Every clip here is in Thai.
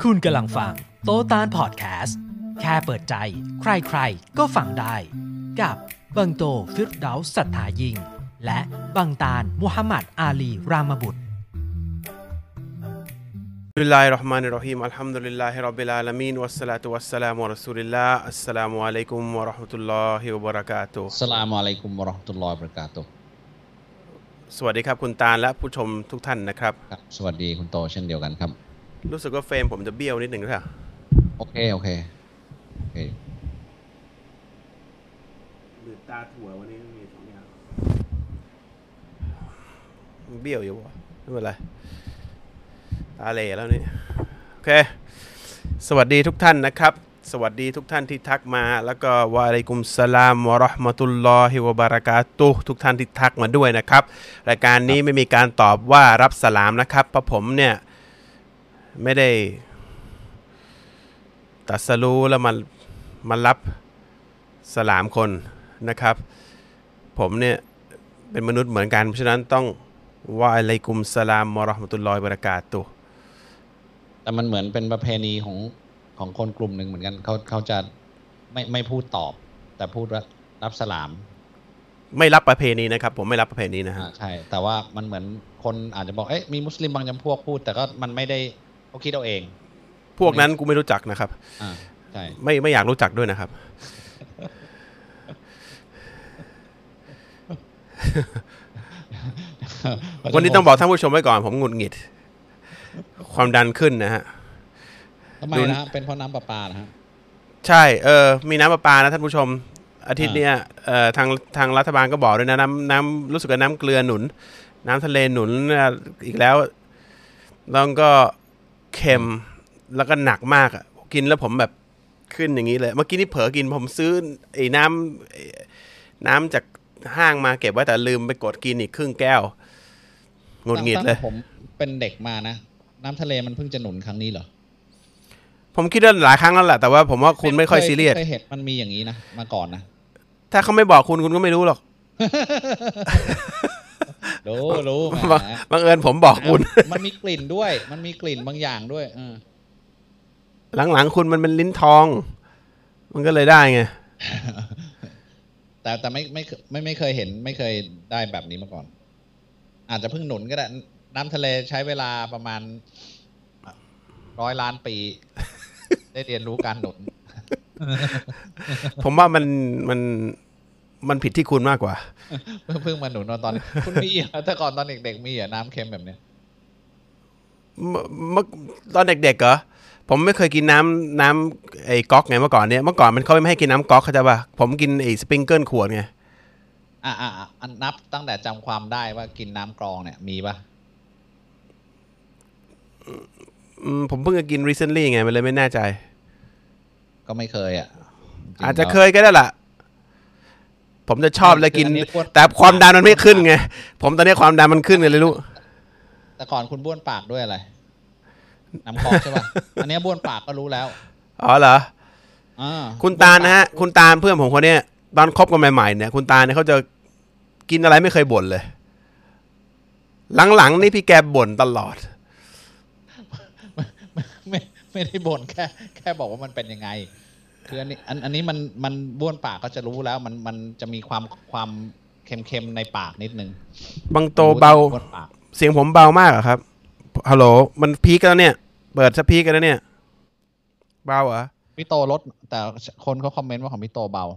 คุณกำลังฟังโตตานพอดแคสต์แค่เปิดใจใครๆก็ฟังได้กับบังโตฟิรเดาสัทธายิงและบังตาลมุฮัมมัดอาลีรามบุตรบิสมิลลาฮิรเราะห์มานิรเราะฮีมอัลฮัมดุลิลลาฮิร็อบบิลอาลามีนวัสศอลาตุวัสสลามุอะลารอซูลิลลาฮ์อัสสลามุอะลัยกุมวะเราะห์มะตุลลอฮิวะบะเราะกาตุฮ์อัสสลามุอะลัยกุมวะเราะห์มะตุลลอฮิวะบะเราะกาตุฮ์สวัสดีครับคุณตาลและผู้ชมทุกท่านนะครับสวัสดีคุณโตเช่นเดียวกันครับรู้สึกว่าเฟรมผมจะเบี้ยวนิดนึงหรือเปล่าโอเคหรือตาถั่ววันนี้มี2อย่างเบี้ยวอยู่วะไม่เป็นไรตาเหล่แล้วนี่โอเคสวัสดีทุกท่านนะครับสวัสดีทุกท่านที่ทักมาแล้วก็วะอะลัยกุมสลามวะเราะห์มะตุลลอฮิวะบะเราะกาตุฮ์ทุกท่านที่ทักมาด้วยนะครับรายการนี้ไม่มีการตอบว่ารับสลามนะครับเพราะผมเนี่ยไม่ได้ตัดสรู้แล้วมันรับสลามคนนะครับผมเนี่ยเป็นมนุษย์เหมือนกันเพราะฉะนั้นต้องวะอะลัยกุมสลามวะเราะห์มะตุลลอฮิวะบะเราะกาตุฮ์แต่มันเหมือนเป็นประเพณีของคนกลุ่มหนึ่งเหมือนกันเขาจะไม่พูดตอบแต่พูดว่ารับสลามไม่รับประเพณีนะครับผมไม่รับประเพณีนะฮะใช่แต่ว่ามันเหมือนคนอาจจะบอกมีมุสลิมบางจำพวกพูดแต่ก็มันไม่ได้เขาคิดเอาเองพวกนั้นกูไม่รู้จักนะครับใช่ไม่อยากรู้จักด้วยนะครับ วันนี้ต้องบอกท่านผู้ชมไว้ก่อนผมหงุดหงิดความดันขึ้นนะฮะทำไมนะฮะเป็นเพราะน้ำประปานะฮะใช่มีน้ำประปานะท่านผู้ชมอาทิตย์เนี้ยทางรัฐบาลก็บอกด้วยนะน้ำรู้สึกว่าน้ำเกลือหนุนน้ำทะเลหนุนอีกแล้วแล้วก็เค็มแล้วก็หนักมากอ่ะกินแล้วผมแบบขึ้นอย่างนี้เลยเมื่อกี้นี่เผลอกินผมซื้อไอ้น้ำจากห้างมาเก็บไว้แต่ลืมไปกดกินอีกครึ่งแก้วหงุดหงิดเลยผมเป็นเด็กมานะน้ำทะเลมันเพิ่งจะหนุนครั้งนี้เหรอผมคิดว่าหลายครั้งแล้วแหละแต่ว่าผมว่าคุณไม่ค่อยซีเรียสเคยเห็นมันมีอย่างนี้นะมาก่อนนะถ้าเขาไม่บอกคุณก็ไม่รู้หรอกรู้บังเอิญผมบอกคุณมันมีกลิ่นด้วยมันมีกลิ่นบางอย่างด้วยหลังๆคุณมันเป็นลิ้นทองมันก็เลยได้ไงแต่ไม่เคยเห็นไม่เคยได้แบบนี้มาก่อนอาจจะเพิ่งหนุนก็ได้น้ำทะเลใช้เวลาประมาณ100 ล้านปีได้เรียนรู้การหนุนผมว่ามันผิดที่คุณมากกว่าเพิ่งมาหนุนตอนคุณมีแต่ก่อนตอนเด็กๆมีน้ำเค็มแบบเนี้ยตอนเด็กๆเหรอผมไม่เคยกินน้ำไอ้ก๊อกไงเมื่อก่อนมันเขาไม่ให้กินน้ำก๊อกเข้าใจป่ะผมกินไอ้สปริงเกิลขวดไงนับตั้งแต่จำความได้ว่ากินน้ำกรองเนี่ยมีป่ะผมเพิ่งจะกิน recently ไงมันเลยไม่แน่ใจก็ไม่เคยอาจจะเคยก็ได้ล่ะผมจะชอบเลยกินแต่ความดันมันไม่ขึ้นไงผมตอนนี้ความดันมันขึ้นเลยลูกแต่ก่อนคุณบ้วนปากด้วยอะไรน้ำคอกใช่ป่ะอันนี้บ้วนปากก็รู้แล้วอ๋อเหรอคุณตาลนะฮะคุณตาลเพื่อนผมคนนี้ตอนคบกันใหม่ๆเนี่ยคุณตาลเนี่ยเขาจะกินอะไรไม่เคยบ่นเลยหลังๆนี่พี่แกบ่นตลอดไม่ได้บ่นแค่บอกว่ามันเป็นยังไงคืออันนี้มันบ้วนปากก็จะรู้แล้วมันจะมีความเค็มๆในปากนิดนึงบางโตเบาเสียงผมเบามากครับฮัลโหลมันพีคแล้วเนี่ยเปิดซะพีคกันแล้วเนี่ยเบาเหรอพี่โตลดแต่คนเขาคอมเมนต์ว่าของพี่โตเบา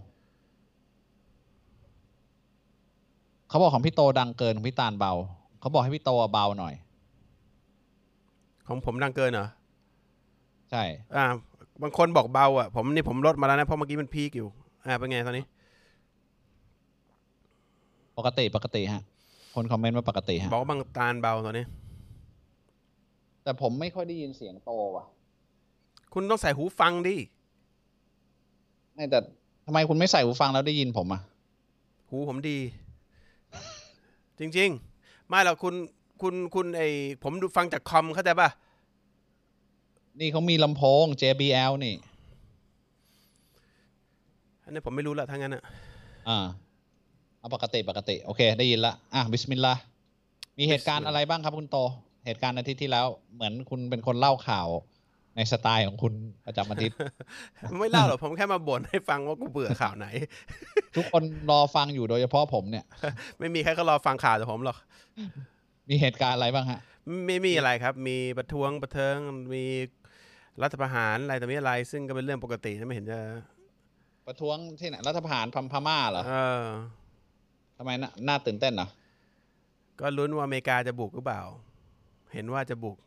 เขาบอกของพี่โตดังเกินของพี่ตาลเบาเขาบอกให้พี่โตเบาหน่อยของผมดังเกินเหรอใช่บางคนบอกเบาผมลดมาแล้วนะเพราะเมื่อกี้มันพีคอยู่เป็นไงตอนนี้ปกติฮะคนคอมเมนต์ว่าปกติฮะบอกว่าบางตาลเบาตอนนี้แต่ผมไม่ค่อยได้ยินเสียงโตว่ะคุณต้องใส่หูฟังดิไม่แต่ทำไมคุณไม่ใส่หูฟังแล้วได้ยินผมหูผมดี จริงๆไม่หรอกคุณผมดูฟังจากคอมเข้าใจป่ะนี่เขามีลำโพง JBL นี่อันนี้ผมไม่รู้ละทั้งนั้นเอาปกติโอเคได้ยินละบิสมิลลาห์มีเหตุการณ์อะไรบ้างครับคุณโตเหตุการณ์อาทิตย์ที่แล้วเหมือนคุณเป็นคนเล่าข่าวในสไตล์ของคุณประจำอาทิตย์ไม่เล่าหรอกผมแค่มาบ่นให้ฟังว่ากูเบื่อข่าวไหนทุกคนรอฟังอยู่โดยเฉพาะผมเนี่ยไม่มีใครก็รอฟังข่าวจากผมหรอกมีเหตุการณ์อะไรบ้างฮะไม่มีอะไรครับมีประท้วงประเทิงมีรัฐประหารอะไรแต่ไม่อะไรซึ่งก็เป็นเรื่องปกตินะไม่เห็นจะประท้วงที่ไหนรัฐประหารพม่าเหรอทำไมน่าตื่นเต้นเหรอก็ลุ้นว่าอเมริกาจะบุกหรือเปล่าเห็นว่าจะบุก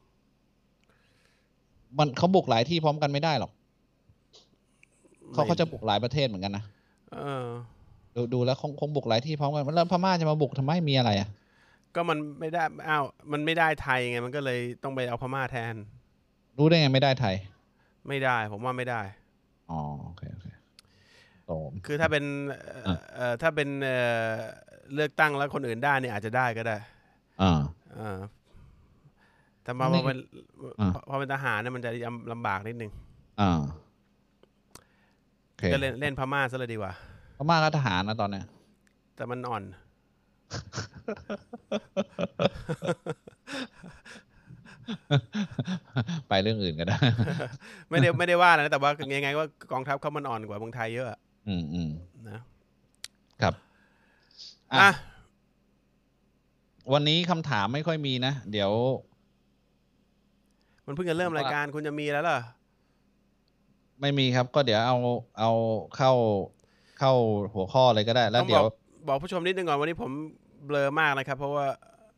เขาบุกหลายที่พร้อมกันไม่ได้หรอกเขาจะบุกหลายประเทศเหมือนกันนะดูแล้วคงบุกหลายที่พร้อมกันแล้วพม่าจะมาบุกทำไมมีอะไรอ่ะก็มันไม่ได้มันไม่ได้ไทยไงมันก็เลยต้องไปเอาพม่าแทนรู้ได้ไงไม่ได้ไทยไม่ได้ผมว่าไม่ได้อ๋อโอเคคือถ้าเป็นถ้าเป็นเลือกตั้งแล้วคนอื่นได้เนี่ยอาจจะได้ก็ได้แต่พอเป็นทหารเนี่ยมันจะลำบากนิดนึงก็เล่นพม่าซะเลยดีกว่าพม่าก็ทหารนะตอนเนี้ยแต่มันอ่อนไปเรื่องอื่นก็ได้ไม่ได้ว่านะแต่ว่ายังไงว่ากองทัพเขามันอ่อนกว่าเมืองไทยเยอะนะครับวันนี้คำถามไม่ค่อยมีนะเดี๋ยวมันเพิ่งจะเริ่มรายการคุณจะมีแล้วเหรอไม่มีครับก็เดี๋ยวเอาเข้าหัวข้อเลยก็ได้แล้วเดี๋ยวบอกผู้ชมนิดนึงก่อนวันนี้ผมเบลอมากนะครับเพราะว่า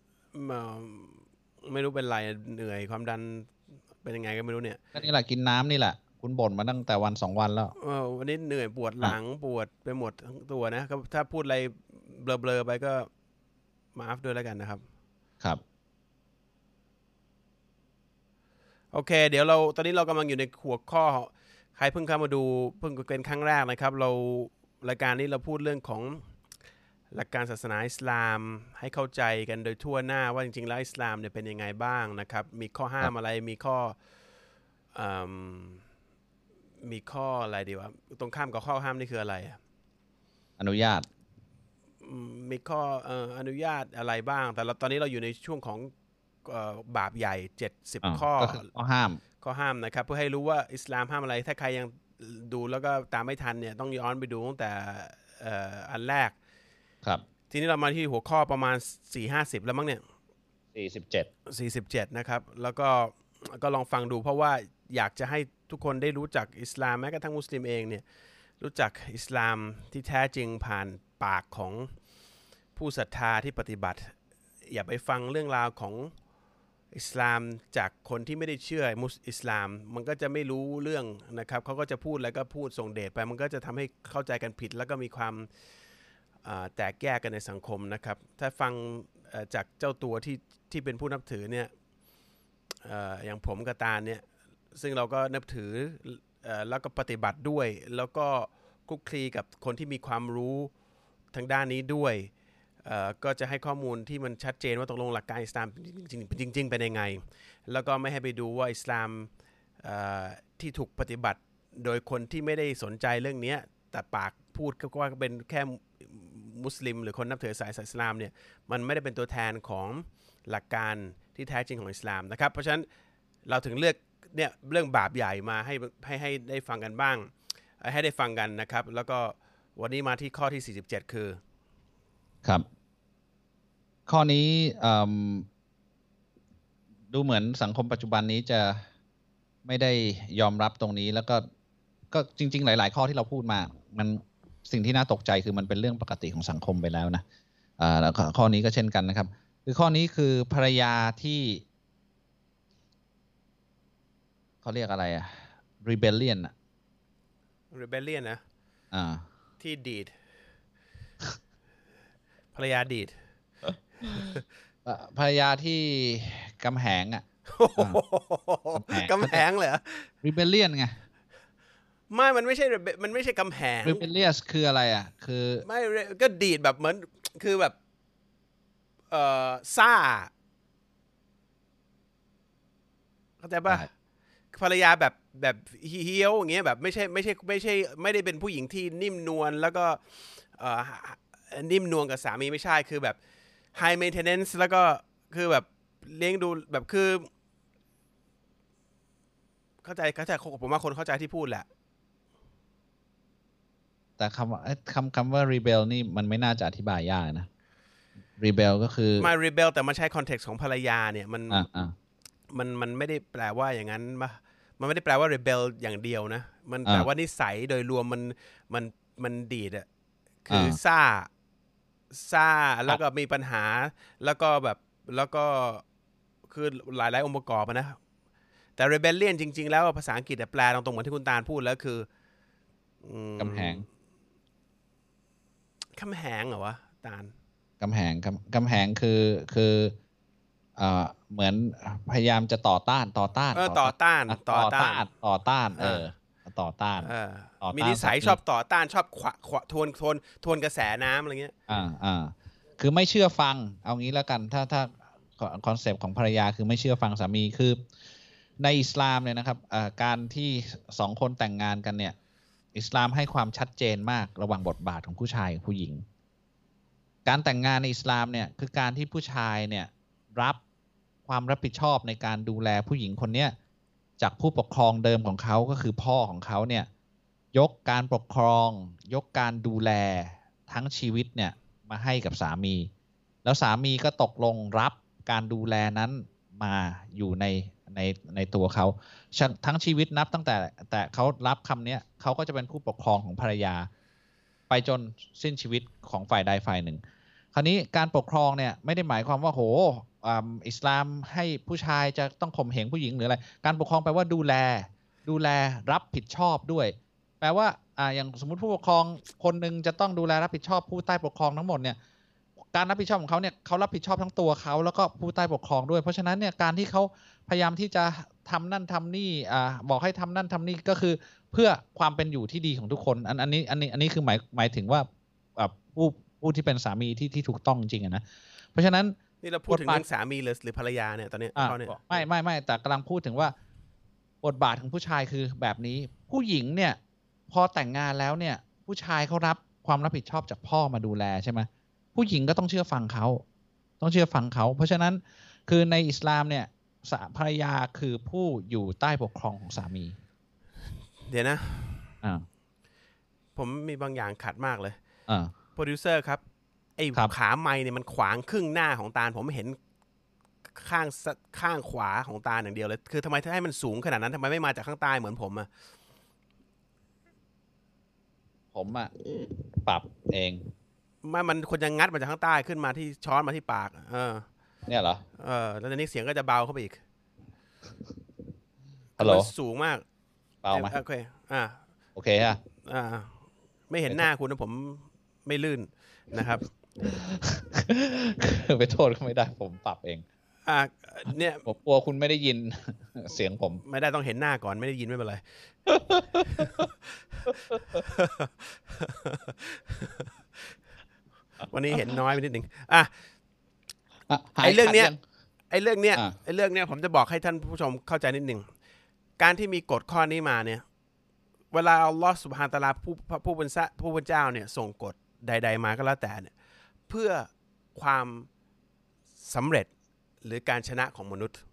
ไม่รู้เป็นไรเหนื่อยความดันเป็นยังไงก็ไม่รู้เนี่ยก็นี่แหละกินน้ำนี่แหละคุณบ่นมาตั้งแต่วัน2 วันแล้ววันนี้เหนื่อยปวดหลังปวดไปหมดทั้งตัวนะถ้าพูดอะไรเบลอไปก็มาอัพด้วยแล้วกันนะครับครับโอเคเดี๋ยวตอนนี้เรากำลังอยู่ในหัวข้อใครเพิ่งเข้ามาดูเพิ่งเป็นครั้งแรกนะครับรายการนี้เราพูดเรื่องของหลักการศาสนาอิสลามให้เข้าใจกันโดยทั่วหน้าว่าจริงๆแล้วอิสลามเนี่ยเป็นยังไงบ้างนะครับมีข้อห้ามอะไรมีข้ออะไรดีวะตรงข้ามกับข้อห้ามนี่คืออะไรอนุญาตมีข้ออนุญาตอะไรบ้างแต่ตอนนี้เราอยู่ในช่วงของบาปใหญ่70ข้อห้ามนะครับเพื่อให้รู้ว่าอิสลามห้ามอะไรถ้าใครยังดูแล้วก็ตามไม่ทันเนี่ยต้องย้อนไปดูตั้งแต่อันแรกครับทีนี้เรามาที่หัวข้อประมาณ 4-50 แล้วมั้งเนี่ย47นะครับแล้วก็ลองฟังดูเพราะว่าอยากจะให้ทุกคนได้รู้จักอิสลามแม้กระทั่งมุสลิมเองเนี่ยรู้จักอิสลามที่แท้จริงผ่านปากของผู้ศรัทธาที่ปฏิบัติอย่าไปฟังเรื่องราวของอิสลามจากคนที่ไม่ได้เชื่ออิสลามมันก็จะไม่รู้เรื่องนะครับเขาก็จะพูดแล้วก็พูดส่งเดชไปมันก็จะทำให้เข้าใจกันผิดแล้วก็มีความแตกแยกกันในสังคมนะครับถ้าฟังจากเจ้าตัวที่เป็นผู้นับถือเนี่ยอย่างผมกับตาเนี่ยซึ่งเราก็นับถือแล้วก็ปฏิบัติด้วยแล้วก็คลุกคลีกับคนที่มีความรู้ทางด้านนี้ด้วยก็จะให้ข้อมูลที่มันชัดเจนว่าตกลงหลักการอิสลามจริงเป็นยังไงแล้วก็ไม่ให้ไปดูว่าอิสลามที่ถูกปฏิบัติโดยคนที่ไม่ได้สนใจเรื่องนี้แต่ปากพูดก็ว่าเป็นแค่มุสลิมหรือคนนับถือสายอิสลามเนี่ยมันไม่ได้เป็นตัวแทนของหลักการที่แท้จริงของอิสลามนะครับเพราะฉะนั้นเราถึงเลือกเนี่ยเรื่องบาปใหญ่มาให้ได้ฟังกันบ้างให้ได้ฟังกันนะครับแล้วก็วันนี้มาที่ข้อที่47คือครับข้อนี้ดูเหมือนสังคมปัจจุบันนี้จะไม่ได้ยอมรับตรงนี้แล้วก็จริงๆหลายๆข้อที่เราพูดมามันสิ่งที่น่าตกใจคือมันเป็นเรื่องปกติของสังคมไปแล้วนะแล้วข้อนี้ก็เช่นกันนะครับคือข้อนี้คือภรรยาที่เขาเรียกอะไรrebellion นะที่ดีดภรรยาดีดภรรยาที่กำแหงกำแหงเหรอ rebellion ไงมันไม่ใช่กำแหง rebellious คืออะไรคือไม่ก็ดีดแบบเหมือนคือแบบซ่าเข้าใจป่ะภรรยาแบบเฮี้ยวอย่างเงี้ยแบบไม่ได้เป็นผู้หญิงที่นิ่มนวลแล้วก็นิ่มนวลกับสามีไม่ใช่คือแบบ high maintenance แล้วก็คือแบบเลี้ยงดูแบบคือเข้าใจผมว่าคนเข้าใจที่พูดแหละแต่คำว่า rebel นี่มันไม่น่าจะอธิบายยากนะ rebel ก็คือมา rebel แต่มันใช้ context ของภรรยาเนี่ยมันไม่ได้แปลว่าอย่างนั้นมันไม่ได้แปลว่า rebel อย่างเดียวนะมันแต่ว่านิสัยโดยรวมมันดีดอ่ะคือซ่าแล้วก็มีปัญหาแล้วก็คือหลายองค์ประกอบนะแต่ rebellion จริงๆแล้วภาษาอังกฤษแปลตรงๆเหมือนที่คุณตาลพูดแล้วคือกำแหงเหรอวะตาลกำแหงคือเหมือนพยายามจะต่อต้านต่อต้านมีนิสัยชอบต่อต้านชอบทวนกระแสน้ำอะไรเงี้ยคือไม่เชื่อฟังเอางี้แล้วกันถ้าคอนเซปต์ของภรรยาคือไม่เชื่อฟังสามีคือในอิสลามเนี่ยนะครับการที่2คนแต่งงานกันเนี่ยอิสลามให้ความชัดเจนมากระหว่างบทบาทของผู้ชายกับผู้หญิงการแต่งงานในอิสลามเนี่ยคือการที่ผู้ชายเนี่ยรับความรับผิดชอบในการดูแลผู้หญิงคนนี้จากผู้ปกครองเดิมของเขาก็คือพ่อของเขาเนี่ยยกการปกครองยกการดูแลทั้งชีวิตเนี่ยมาให้กับสามีแล้วสามีก็ตกลงรับการดูแลนั้นมาอยู่ในตัวเขาทั้งชีวิตนับตั้งแต่เขารับคำนี้เขาก็จะเป็นผู้ปกครองของภรรยาไปจนสิ้นชีวิตของฝ่ายใดฝ่ายหนึ่งคราวนี้การปกครองเนี่ยไม่ได้หมายความว่าโหอิสลามให้ผู้ชายจะต้องข่มเหงผู้หญิงหรืออะไรการปกครองแปลว่าดูแลรับผิดชอบด้วยแปลว่าอย่างสมมุติผู้ปกครองคนนึงจะต้องดูแลรับผิดชอบผู้ใต้ปกครองทั้งหมดเนี่ยการรับผิดชอบของเขาเนี่ยเขารับผิดชอบทั้งตัวเขาแล้วก็ผู้ใต้ปกครองด้วยเพราะฉะนั้นเนี่ยการที่เขาพยายามที่จะทำนั่นทำนี่บอกให้ทำนั่นทำนี่ก็คือเพื่อความเป็นอยู่ที่ดีของทุกคนอันนี้คือหมายถึงว่าผู้ที่เป็นสามีที่ถูกต้องจริงนะเพราะฉะนั้นนี่เราพูดถึงเรื่องสามีหรือภรรยาเนี่ยตอนนี้เขาเนี่ยไม่แต่กำลังพูดถึงว่าบทบาทของผู้ชายคือแบบนี้ผู้หญิงเนี่ยพอแต่งงานแล้วเนี่ยผู้ชายเขารับความรับผิดชอบจากพ่อมาดูแลใช่ไหมผู้หญิงก็ต้องเชื่อฟังเขาเพราะฉะนั้นคือในอิสลามเนี่ยภรรยาคือผู้อยู่ใต้ปกครองของสามีเดี๋ยวนะผมมีบางอย่างขัดมากเลยโปรดิวเซอร์ครับไอ้ขาไม้เนี่ยมันขวางครึ่งหน้าของตาลผมไม่เห็นข้างขวาของตาลอย่างเดียวเลยคือทำไมให้มันสูงขนาดนั้นทำไมไม่มาจากข้างใต้เหมือนผมปรับเองมันควรจะงัดมาจากข้างใต้ขึ้นมาที่ช้อนมาที่ปากเนี่ยเหรอแล้วตอนนี้เสียงก็จะเบาเข้าไปอีกฮัลโหลสูงมากเบาไหมโอเคโอเคฮะไม่เห็นหน้าคุณนะผมไม่ลื่นนะครับไปโทษก็ไม่ได้ผมปรับเองเนี่ยผมกลัวคุณไม่ได้ยินเสียงผมไม่ได้ต้องเห็นหน้าก่อนไม่ได้ยินไม่เป็นไรวันนี้เห็นน้อยไปนิดนึงไอ้เรื่องเนี้ยผมจะบอกให้ท่านผู้ชมเข้าใจนิดนึงการที่มีกฎข้อนี้มาเนี่ยเวลาอัลเลาะห์ซุบฮานะฮูวะตะอาลาผู้เป็นเจ้าเนี่ยส่งกฎใดๆมาก็แล้วแต่เนี่ยเพื่อความสำเร็จหรือการชนะของมนุษย์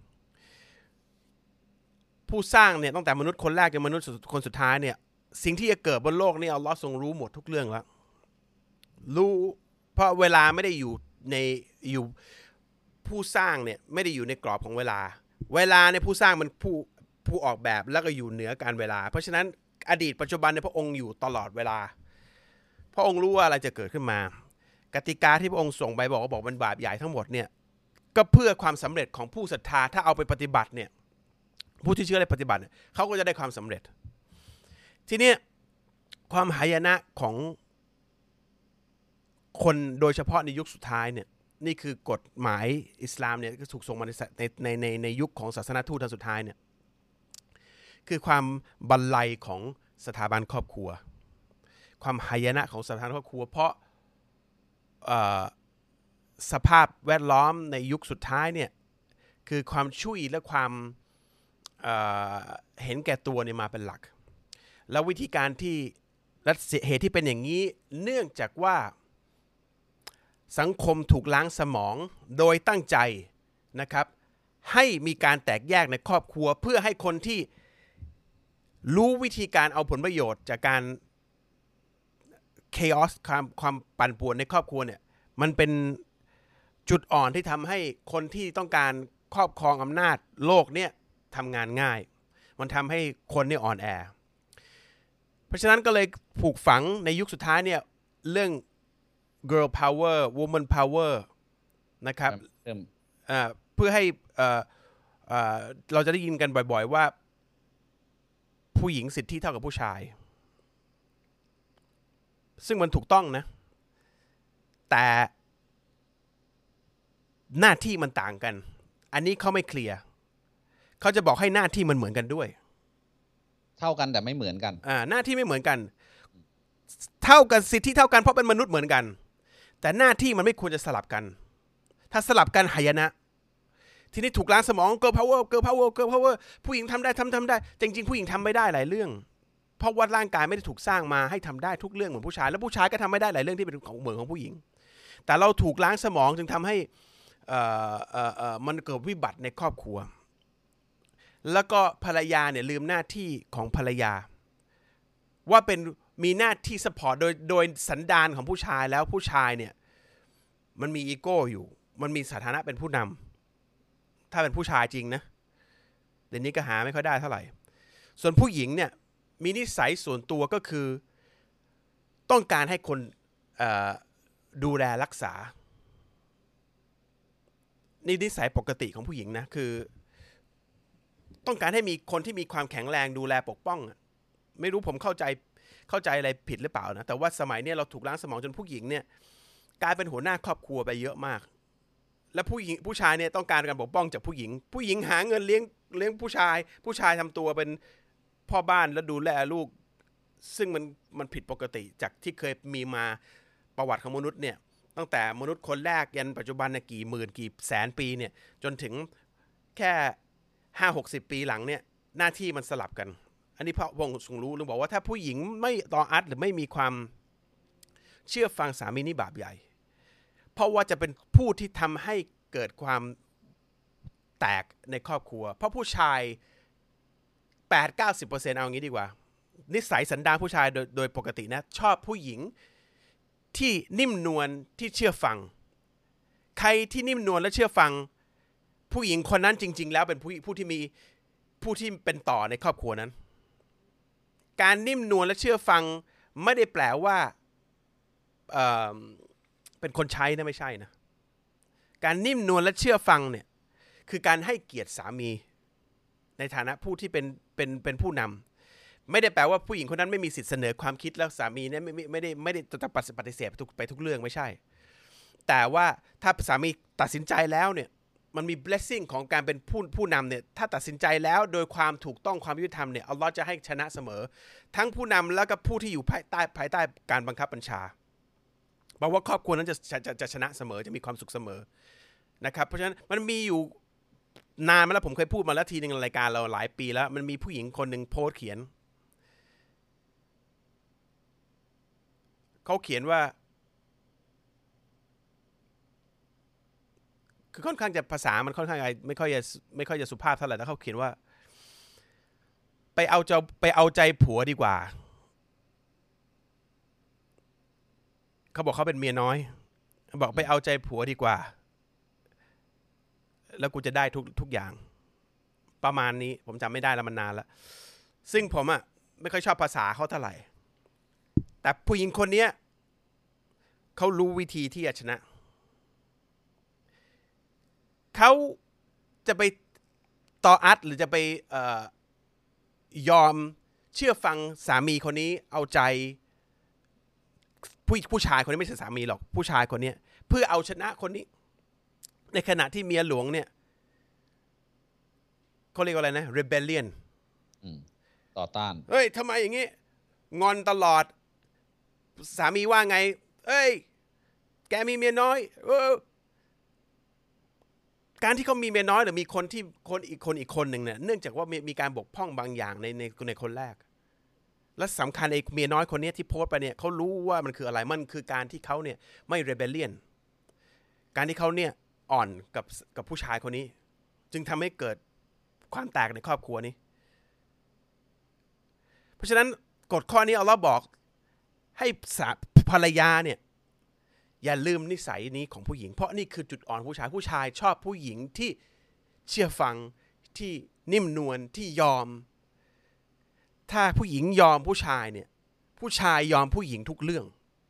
ผู้สร้างเนี่ยตั้งแต่มนุษย์คนแรกจนมนุษย์คนสุดท้ายเนี่ยสิ่งที่จะเกิดบนโลกนี้อัลเลาะห์ทรงรู้หมดทุกเรื่องแล้วรู้เพราะเวลาไม่ได้อยู่ผู้สร้างเนี่ยไม่ได้อยู่ในกรอบของเวลาเนี่ยผู้สร้างมันผู้ออกแบบแล้วก็อยู่เหนือการเวลาเพราะฉะนั้นอดีตปัจจุบันเนี่ยพระองค์อยู่ตลอดเวลาพระองค์รู้ว่าอะไรจะเกิดขึ้นมากติกาที่พระองค์ส่งไปบอกมันบาปใหญ่ทั้งหมดเนี่ยก็เพื่อความสำเร็จของผู้ศรัทธาถ้าเอาไปปฏิบัติเนี่ยผู้ที่เชื่อในปฏิบัติเขาก็จะได้ความสำเร็จทีนี้ความหายนะของคนโดยเฉพาะในยุคสุดท้ายเนี่ยนี่คือกฎหมายอิสลามเนี่ยก็ถูกส่งมาในยุคของศาสนทูตสุดท้ายเนี่ยคือความบันไลของสถาบันครอบครัวความหายนะของสถาบันครอบครัวเพราะสภาพแวดล้อมในยุคสุดท้ายเนี่ยคือความชุยและความเห็นแก่ตัวเนี่ยมาเป็นหลักแล้ววิธีการที่และเหตุที่เป็นอย่างนี้เนื่องจากว่าสังคมถูกล้างสมองโดยตั้งใจนะครับให้มีการแตกแยกในครอบครัวเพื่อให้คนที่รู้วิธีการเอาผลประโยชน์จากการ chaos ความปั่นป่วนในครอบครัวเนี่ยมันเป็นจุดอ่อนที่ทำให้คนที่ต้องการครอบครองอำนาจโลกเนี่ยทำงานง่ายมันทำให้คนเนี่ยอ่อนแอเพราะฉะนั้นก็เลยผูกฝังในยุคสุดท้ายเนี่ยเรื่อง girl power woman power นะครับเพื่อให้เราจะได้ยินกันบ่อยๆว่าผู้หญิงสิทธิเท่ากับผู้ชายซึ่งมันถูกต้องนะแต่หน้าที่มันต่างกันอันนี้เขาไม่เคลียร์เขาจะบอกให้หน้าที่มันเหมือนกันด้วยเท่ากันแต่ไม่เหมือนกันหน้าที่ไม่เหมือนกันเท่ากันสิทธิเท่ากันเพราะเป็นมนุษย์เหมือนกันแต่หน้าที่มันไม่ควรจะสลับกันถ้าสลับกันหายนะทีนี้ถูกล้างสมอง girl power girl power girl power ผู้หญิงทำได้ทำได้จริงๆผู้หญิงทำไม่ได้หลายเรื่องเพราะว่าร่างกายไม่ได้ถูกสร้างมาให้ทำได้ทุกเรื่องเหมือนผู้ชายแล้วผู้ชายก็ทำไม่ได้หลายเรื่องที่เป็นของเหมือนของผู้หญิงแต่เราถูกล้างสมองจึงทำให้มันเกิดวิบัติในครอบครัวแล้วก็ภรรยาเนี่ยลืมหน้าที่ของภรรยาว่าเป็นมีหน้าที่ซัพพอร์ตโดยสันดานของผู้ชายแล้วผู้ชายเนี่ยมันมีอีโก้อยู่มันมีสถานะเป็นผู้นำถ้าเป็นผู้ชายจริงนะเดี๋ยวนี้ก็หาไม่ค่อยได้เท่าไหร่ส่วนผู้หญิงเนี่ยมีนิสัยส่วนตัวก็คือต้องการให้คนดูแลรักษานี่นิสัยปกติของผู้หญิงนะคือต้องการให้มีคนที่มีความแข็งแรงดูแลปกป้องไม่รู้ผมเข้าใจอะไรผิดหรือเปล่านะแต่ว่าสมัยนี้เราถูกล้างสมองจนผู้หญิงเนี่ยกลายเป็นหัวหน้าครอบครัวไปเยอะมากและผู้ชายเนี่ยต้องการการปกป้องจากผู้หญิงหาเงินเลี้ยงผู้ชายทำตัวเป็นพ่อบ้านแล้วดูแลลูกซึ่งมันผิดปกติจากที่เคยมีมาประวัติของมนุษย์เนี่ยตั้งแต่มนุษย์คนแรกยันปัจจุบันนะกี่หมื่นกี่แสนปีเนี่ยจนถึงแค่50-60 ปีหลังเนี่ยหน้าที่มันสลับกันอันนี้พระวงศ์ทรงรู้บอกว่าถ้าผู้หญิงไม่ต่ออัดหรือไม่มีความเชื่อฟังสามีนี่บาปใหญ่เพราะว่าจะเป็นผู้ที่ทำให้เกิดความแตกในครอบครัวเพราะผู้ชาย 8-90% เอางี้ดีกว่านิสัยสันดานผู้ชายโดยปกตินะชอบผู้หญิงที่นิ่มนวลที่เชื่อฟังใครที่นิ่มนวลและเชื่อฟังผู้หญิงคนนั้นจริงๆแล้วเป็นผู้ที่เป็นต่อในครอบครัวนั้นการนิ่มนวลและเชื่อฟังไม่ได้แปลว่าเป็นคนใช้นะไม่ใช่นะการนิ่มนวลและเชื่อฟังเนี่ยคือการให้เกียรติสามีในฐานะผู้ที่เป็นผู้นำไม่ได้แปลว่าผู้หญิงคนนั้นไม่มีสิทธิ์เสนอความคิดแล้วสามีเนี่ยไม่ได้จะปฏิเสธไปทุกเรื่องไม่ใช่แต่ว่าถ้าสามีตัดสินใจแล้วเนี่ยมันมี blessing ของการเป็นผู้นำเนี่ยถ้าตัดสินใจแล้วโดยความถูกต้องความยุติธรรมเนี่ยอัลเลาะห์จะให้ชนะเสมอทั้งผู้นำแล้วก็ผู้ที่อยู่ภายใต้การบังคับบัญชาบอกว่าครอบครัวนั้นจะชนะเสมอจะมีความสุขเสมอนะครับเพราะฉะนั้นมันมีอยู่นานมาแล้วผมเคยพูดมาแล้วทีนึงในรายการเราหลายปีแล้วมันมีผู้หญิงคนหนึ่งโพสต์เขียนเขาเขียนว่าคือค่อนข้างจะภาษามันค่อนข้างไม่ค่อยจะสุภาพเท่าไหร่แต่เขาเขียนว่าไปเอาใจผัวดีกว่าเขาบอกเขาเป็นเมียน้อยบอกไปเอาใจผัวดีกว่าแล้วกูจะได้ทุกอย่างประมาณนี้ผมจำไม่ได้แล้วมันนานแล้วซึ่งผมไม่ค่อยชอบภาษาเขาเท่าไหร่แต่ผู้หญิงคนนี้เขารู้วิธีที่จะชนะเขาจะไปต่ออัดหรือจะไปยอมเชื่อฟังสามีคนนี้เอาใจผู้ชายคนนี้ไม่ใช่สามีหรอกผู้ชายคนนี้เพื่อเอาชนะคนนี้ในขณะที่เมียหลวงเนี่ยเขาเรียกว่าอะไรนะ rebellion ต่อต้านเฮ้ยทำไมอย่างงี้งอนตลอดสามีว่าไงเอ้ยแกมีเมียน้อยการที่เขามีเมียน้อยหรือมีอีกคนหนึ่งเนี่ยเนื่องจากว่ามีการบกพร่องบางอย่างในคนแรกและสำคัญไอ้เมียน้อยคนนี้ที่โพสต์ไปเนี่ยเขารู้ว่ามันคืออะไรมันคือการที่เขาเนี่ยไม่ rebellion การที่เขาเนี่ยอ่อนกับผู้ชายคนนี้จึงทำให้เกิดความแตกในครอบครัวนี้ราะฉะนั้นกฎข้อนี้อัลเลาะห์บอกให้ภรรยาเนี่ยอย่าลืมนิสัยนี้ของผู้หญิงเพราะนี่คือจุดอ่อนผู้ชายชอบผู้หญิงที่เชื่อฟังที่นิ่มนวลที่ยอมถ้าผู้หญิงยอมผู้ชายเนี่ยผู้ชายยอมผู้หญิงทุกเรื่อง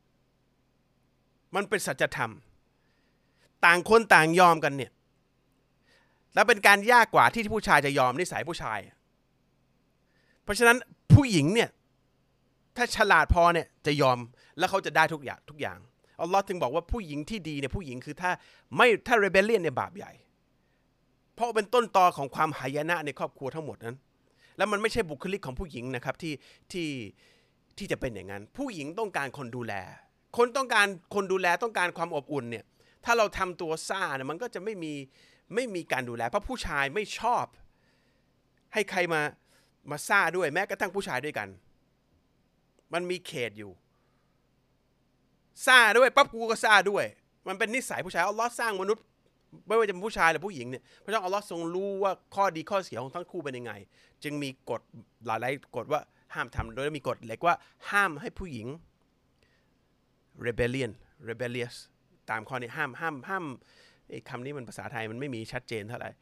มันเป็นสัจธรรมต่างคนต่างยอมกันเนี่ยแล้วเป็นการยากกว่าที่ผู้ชายจะยอมนิสัยผู้ชายเพราะฉะนั้นผู้หญิงเนี่ยถ้าฉลาดพอเนี่ยจะยอมแล้วเขาจะได้ทุกอย่างอัลลอฮ์ถึงบอกว่าผู้หญิงที่ดีเนี่ยผู้หญิงคือถ้าเรเบลเลียนเนี่ยบาปใหญ่เพราะเป็นต้นตอของความหายนะในครอบครัวทั้งหมดนั้นแล้วมันไม่ใช่บุคลิกของผู้หญิงนะครับที่จะเป็นอย่างนั้นผู้หญิงต้องการคนดูแลคนต้องการคนดูแลต้องการความอบอุ่นเนี่ยถ้าเราทำตัวซ่าเนี่ยมันก็จะไม่มีการดูแลเพราะผู้ชายไม่ชอบให้ใครมาซ่าด้วยแม้กระทั่งผู้ชายด้วยกันมันมีเขตอยู่ซ่าด้วยปั๊บกูก็ซ่าด้วยมันเป็นนิสัยผู้ชายอัลเลาะห์สร้างมนุษย์ไม่ว่าจะเป็นผู้ชายหรือผู้หญิงเนี่ยเพราะฉะนั้นอัลเลาะห์ทรงรู้ว่าข้อดีข้อเสียของทั้งคู่เป็นยังไงจึงมีกฎหลายๆกฎว่าห้ามทำโดยมีกฎเหล็กว่าห้ามให้ผู้หญิง rebellious ตามข้อนี้ห้ามคำนี้มันภาษาไทยมันไม่มีชัดเจนเท่าไหร่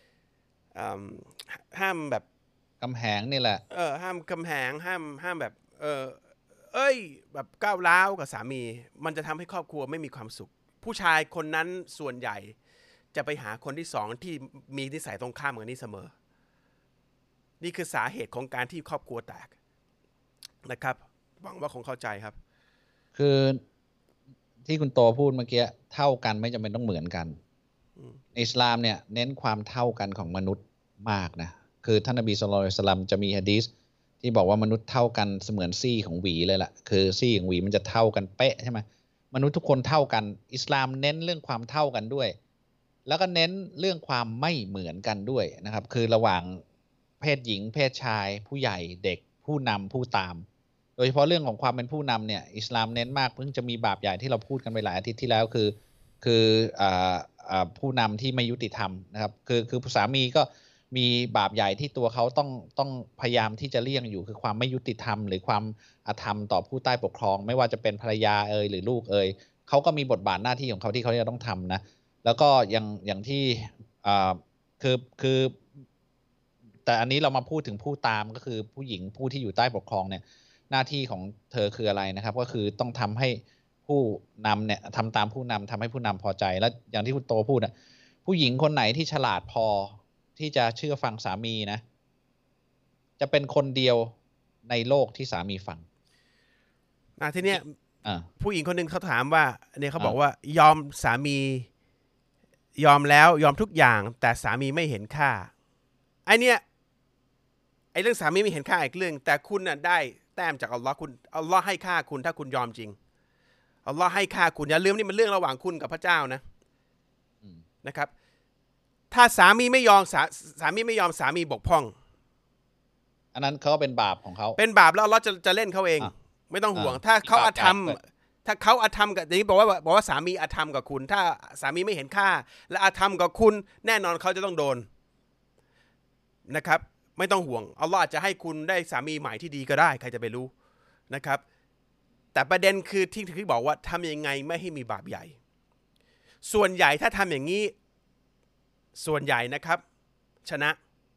ห้ามแบบกำแหงนี่แหละห้ามกำแหงห้ามแบบแบบก้าวร้าวกับสามีมันจะทำให้ครอบครัวไม่มีความสุขผู้ชายคนนั้นส่วนใหญ่จะไปหาคนที่สองที่มีนิสัยตรงข้ามกับนี้เสมอนี่คือสาเหตุของการที่ครอบครัวแตกนะครับหวังว่าคงเข้าใจครับคือที่คุณโตพูดเมื่อกี้เท่ากันไม่จำเป็นต้องเหมือนกันอิสลามเนี่ยเน้นความเท่ากันของมนุษย์มากนะคือท่านนบีศ็อลลัลลอฮุอะลัยฮิวะซัลลัมจะมีหะดีษที่บอกว่ามนุษย์เท่ากันเสมือนซี่ของหวีเลยล่ะคือซี่ของหวีมันจะเท่ากันเป๊ะใช่ไหมมนุษย์ทุกคนเท่ากันอิสลามเน้นเรื่องความเท่ากันด้วยแล้วก็เน้นเรื่องความไม่เหมือนกันด้วยนะครับคือระหว่างเพศหญิงเพศชายผู้ใหญ่เด็กผู้นำผู้ตามโดยเฉพาะเรื่องของความเป็นผู้นำเนี่ยอิสลามเน้นมากเพิ่งจะมีบาปใหญ่ที่เราพูดกันไปหลายอาทิตย์ที่แล้วคือผู้นำที่ไม่ยุติธรรมนะครับคือสามีก็มีบาปใหญ่ที่ตัวเขาต้องพยายามที่จะเลี่ยงอยู่คือความไม่ยุติธรรมหรือความอธรรมต่อผู้ใต้ปกครองไม่ว่าจะเป็นภรรยาหรือลูกเขาก็มีบทบาทหน้าที่ของเขาที่เขาจะต้องทำนะแล้วก็อย่างที่คือแต่อันนี้เรามาพูดถึงผู้ตามก็คือผู้หญิงผู้ที่อยู่ใต้ปกครองเนี่ยหน้าที่ของเธอคืออะไรนะครับก็คือต้องทำให้ผู้นำเนี่ยทำตามผู้นำทำให้ผู้นำพอใจแล้วอย่างที่คุณโตพูดนะผู้หญิงคนไหนที่ฉลาดพอที่จะเชื่อฟังสามีนะจะเป็นคนเดียวในโลกที่สามีฟังทีเนี้ยผู้หญิงคนหนึ่งเขาถามว่าเนี่ยเขาบอกว่ายอมสามียอมแล้วยอมทุกอย่างแต่สามีไม่เห็นค่าไอเนี้ยไอเรื่องสามีไม่เห็นค่าอีกเรื่องแต่คุณน่ะได้แต้มจากอัลลอฮ์คุณอัลลอฮ์ให้ค่าคุณถ้าคุณยอมจริงอัลลอฮ์ให้ค่าคุณอย่าลืมนี่มันเรื่องระหว่างคุณกับพระเจ้านะครับถ้าสามีไม่ยอมสามีไม่ยอมสามีบกพร่องอันนั้นเขาเป็นบาปของเขาเป็นบาปแล้วอัลลอฮ์จะเล่นเขาเองไม่ต้องห่วงถ้าเขาอธรรมกับอย่างนี้บอกว่าสามีอธรรมกับคุณถ้าสามีไม่เห็นค่าและอธรรมกับคุณแน่นอนเขาจะต้องโดนนะครับไม่ต้องห่วงอัลลอฮ์อาจจะให้คุณได้สามีใหม่ที่ดีก็ได้ใครจะไปรู้นะครับแต่ประเด็นคือที่บอกว่าทำยังไงไม่ให้มีบาปใหญ่ส่วนใหญ่ถ้าทำอย่างนี้ส่วนใหญ่นะครับชนะ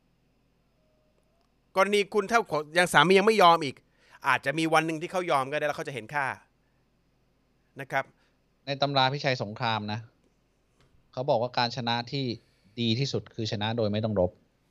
กรณีคุณถ้ายังสามียังไม่ยอมอีกอาจจะมีวันหนึ่งที่เขายอมก็ได้แล้วเขาจะเห็นค่านะครับในตำราพิชัยสงครามนะเขาบอกว่าการชนะที่ดีที่สุดคือชนะโดยไม่ต้องรบ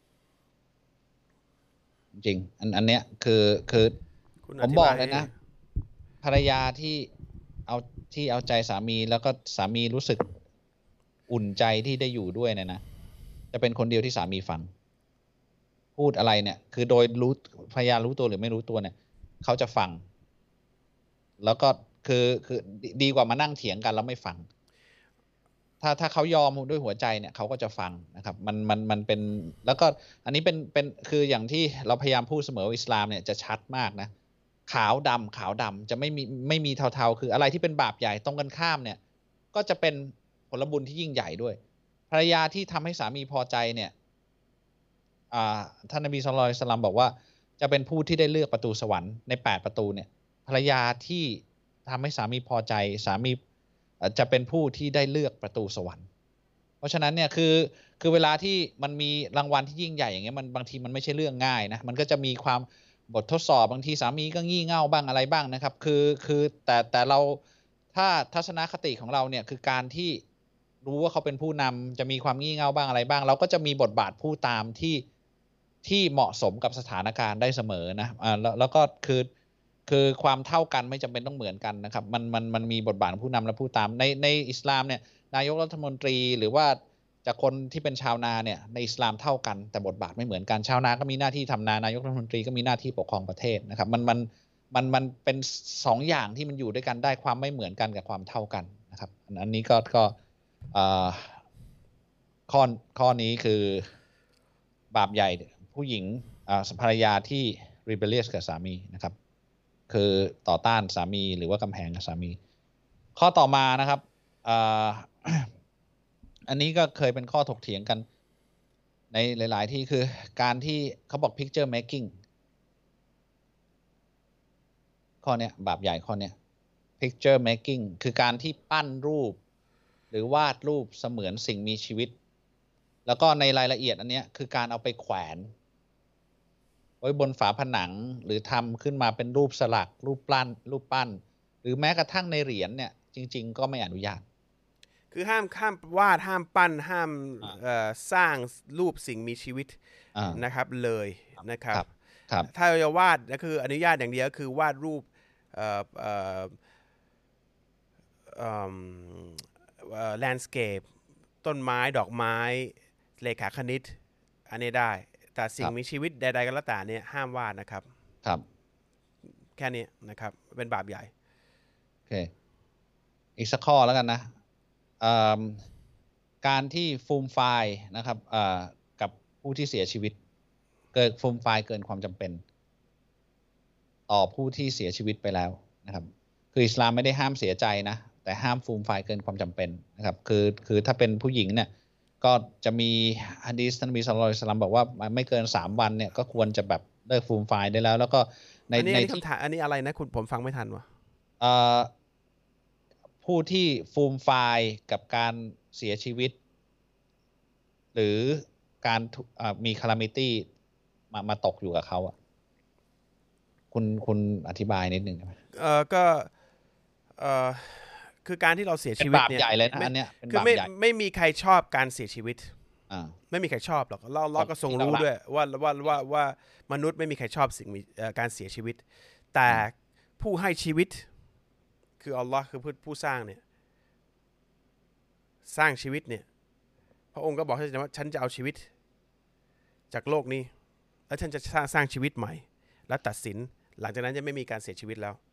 จริงอันเนี้ยคือผมบอกเลยนะภรรยาที่เอาใจสามีแล้วก็สามีรู้สึกอุ่นใจที่ได้อยู่ด้วยเนี่ยนะจะเป็นคนเดียวที่สามีฟังพูดอะไรเนี่ยคือโดยภรรยารู้ตัวหรือไม่รู้ตัวเนี่ยเขาจะฟังแล้วก็คือดีกว่ามานั่งเถียงกันแล้วไม่ฟังถ้าเขายอมด้วยหัวใจเนี่ยเขาก็จะฟังนะครับมันเป็นแล้วก็อันนี้เป็นคืออย่างที่เราพยายามพูดเสมอว่าอิสลามเนี่ยจะชัดมากนะขาวดำจะไม่มีเทาๆคืออะไรที่เป็นบาปใหญ่ตรงกันข้ามเนี่ยก็จะเป็นผลบุญที่ยิ่งใหญ่ด้วยภรรยาที่ทำให้สามีพอใจเนี่ยท่านนบีศ็อลลัลลอฮุอะลัยฮิวะซัลลัมบอกว่าจะเป็นผู้ที่ได้เลือกประตูสวรรค์ใน8ประตูเนี่ยภรรยาที่ทำให้สามีพอใจสามีจะเป็นผู้ที่ได้เลือกประตูสวรรค์เพราะฉะนั้นเนี่ยคือเวลาที่มันมีรางวัลที่ยิ่งใหญ่อย่างเงี้ยมันบางทีมันไม่ใช่เรื่องง่ายนะมันก็จะมีความบททดสอบบางทีสามีก็งี่เง่าบ้างอะไรบ้างนะครับคือแต่เราถ้าทัศนคติของเราเนี่ยคือการที่รู้ว่าเขาเป็นผู้นำจะมีความงี่เง่าบ้างอะไรบ้างเราก็จะมีบทบาทผู้ตามที่เหมาะสมกับสถานการณ์ได้เสมอนะแล้วก็คือความเท่ากันไม่จำเป็นต้องเหมือนกันนะครับมันมีบทบาทผู้นำและผู้ตามในอิสลามเนี่ยนายกรัฐมนตรีหรือว่าจากคนที่เป็นชาวนาเนี่ยในอิสลามเท่ากันแต่บทบาทไม่เหมือนกันชาวนาก็มีหน้าที่ทำนานายกรัฐมนตรีก็มีหน้าที่ปกครองประเทศนะครับมันเป็น2อย่างที่มันอยู่ด้วยกันได้ความไม่เหมือนกันกับความเท่ากันนะครับอันนี้ก็ข้อนี้คือบาปใหญ่ผู้หญิงภรรยาที่ rebellious กับสามีนะครับคือต่อต้านสามีหรือว่ากำแพงกับสามีข้อต่อมานะครับอันนี้ก็เคยเป็นข้อถกเถียงกันในหลายๆที่คือการที่เขาบอก picture making ข้อเนี้ยบาปใหญ่ข้อเนี้ย picture making คือการที่ปั้นรูปหรือวาดรูปเสมือนสิ่งมีชีวิตแล้วก็ในรายละเอียดอันเนี้ยคือการเอาไปแขวนไว้บนฝาผนังหรือทำขึ้นมาเป็นรูปสลักรูปปั้นหรือแม้กระทั่งในเหรียญเนี่ยจริงๆก็ไม่อนุญาตคือห้ามวาดห้ามปั้นห้ามสร้างรูปสิ่งมีชีวิตนะครับเลยนะครับถ้าจะวาดก็คืออนุญาตอย่างเดียวคือวาดรูปlandscape ต้นไม้ดอกไม้เลขาคณิตอันนี้ได้แต่สิ่งมีชีวิตใดๆก็แล้วแต่เนี่ยห้ามวาดนะครับครับแค่นี้นะครับเป็นบาปใหญ่โอเคอีกสักข้อแล้วกันนะการที่ฟูมไฟล์นะครับกับผู้ที่เสียชีวิตเกิดฟูมไฟล์เกินความจำเป็นต่อผู้ที่เสียชีวิตไปแล้วนะครับคืออิสลามไม่ได้ห้ามเสียใจนะแต่ห้ามฟูมไฟล์เกินความจำเป็นนะครับคือถ้าเป็นผู้หญิงเนี่ยก็จะมีหะดีษท่านนบีศ็อลลัลลอฮุอะลัยฮิวะซัลลัมบอกว่าไม่เกิน3วันเนี่ยก็ควรจะแบบเลิกฟูมไฟล์ได้แล้วก็ในคำถามอันนี้อะไรนะคุณผมฟังไม่ทันวะผู้ที่ฟูมไฟล์กับการเสียชีวิตหรือการมีคาลามิตี้มาตกอยู่กับเขาอ่ะคุณอธิบายนิดนึงได้ไหมก็คือการที่เราเสียชีวิตเนี่ยเป็นบาปใหญ่เลยนะอันเนี้ยคือไม่มีใครชอบการเสียชีวิตไม่มีใครชอบหรอกเราก็ทรงรู้ด้วยว่ามนุษย์ไม่มีใครชอบสิ่งการเสียชีวิตแต่ผู้ให้ชีวิตคืออัลลอฮ์คือผู้สร้างเนี่ยสร้างชีวิตเนี่ยพระองค์ก็บอกว่าฉันจะเอาชีวิตจากโลกนี้แล้วฉันจะสร้างชีวิตใหม่และตัดสินหลังจากนั้นจะไม่มีการเสียชีวิตแล้ว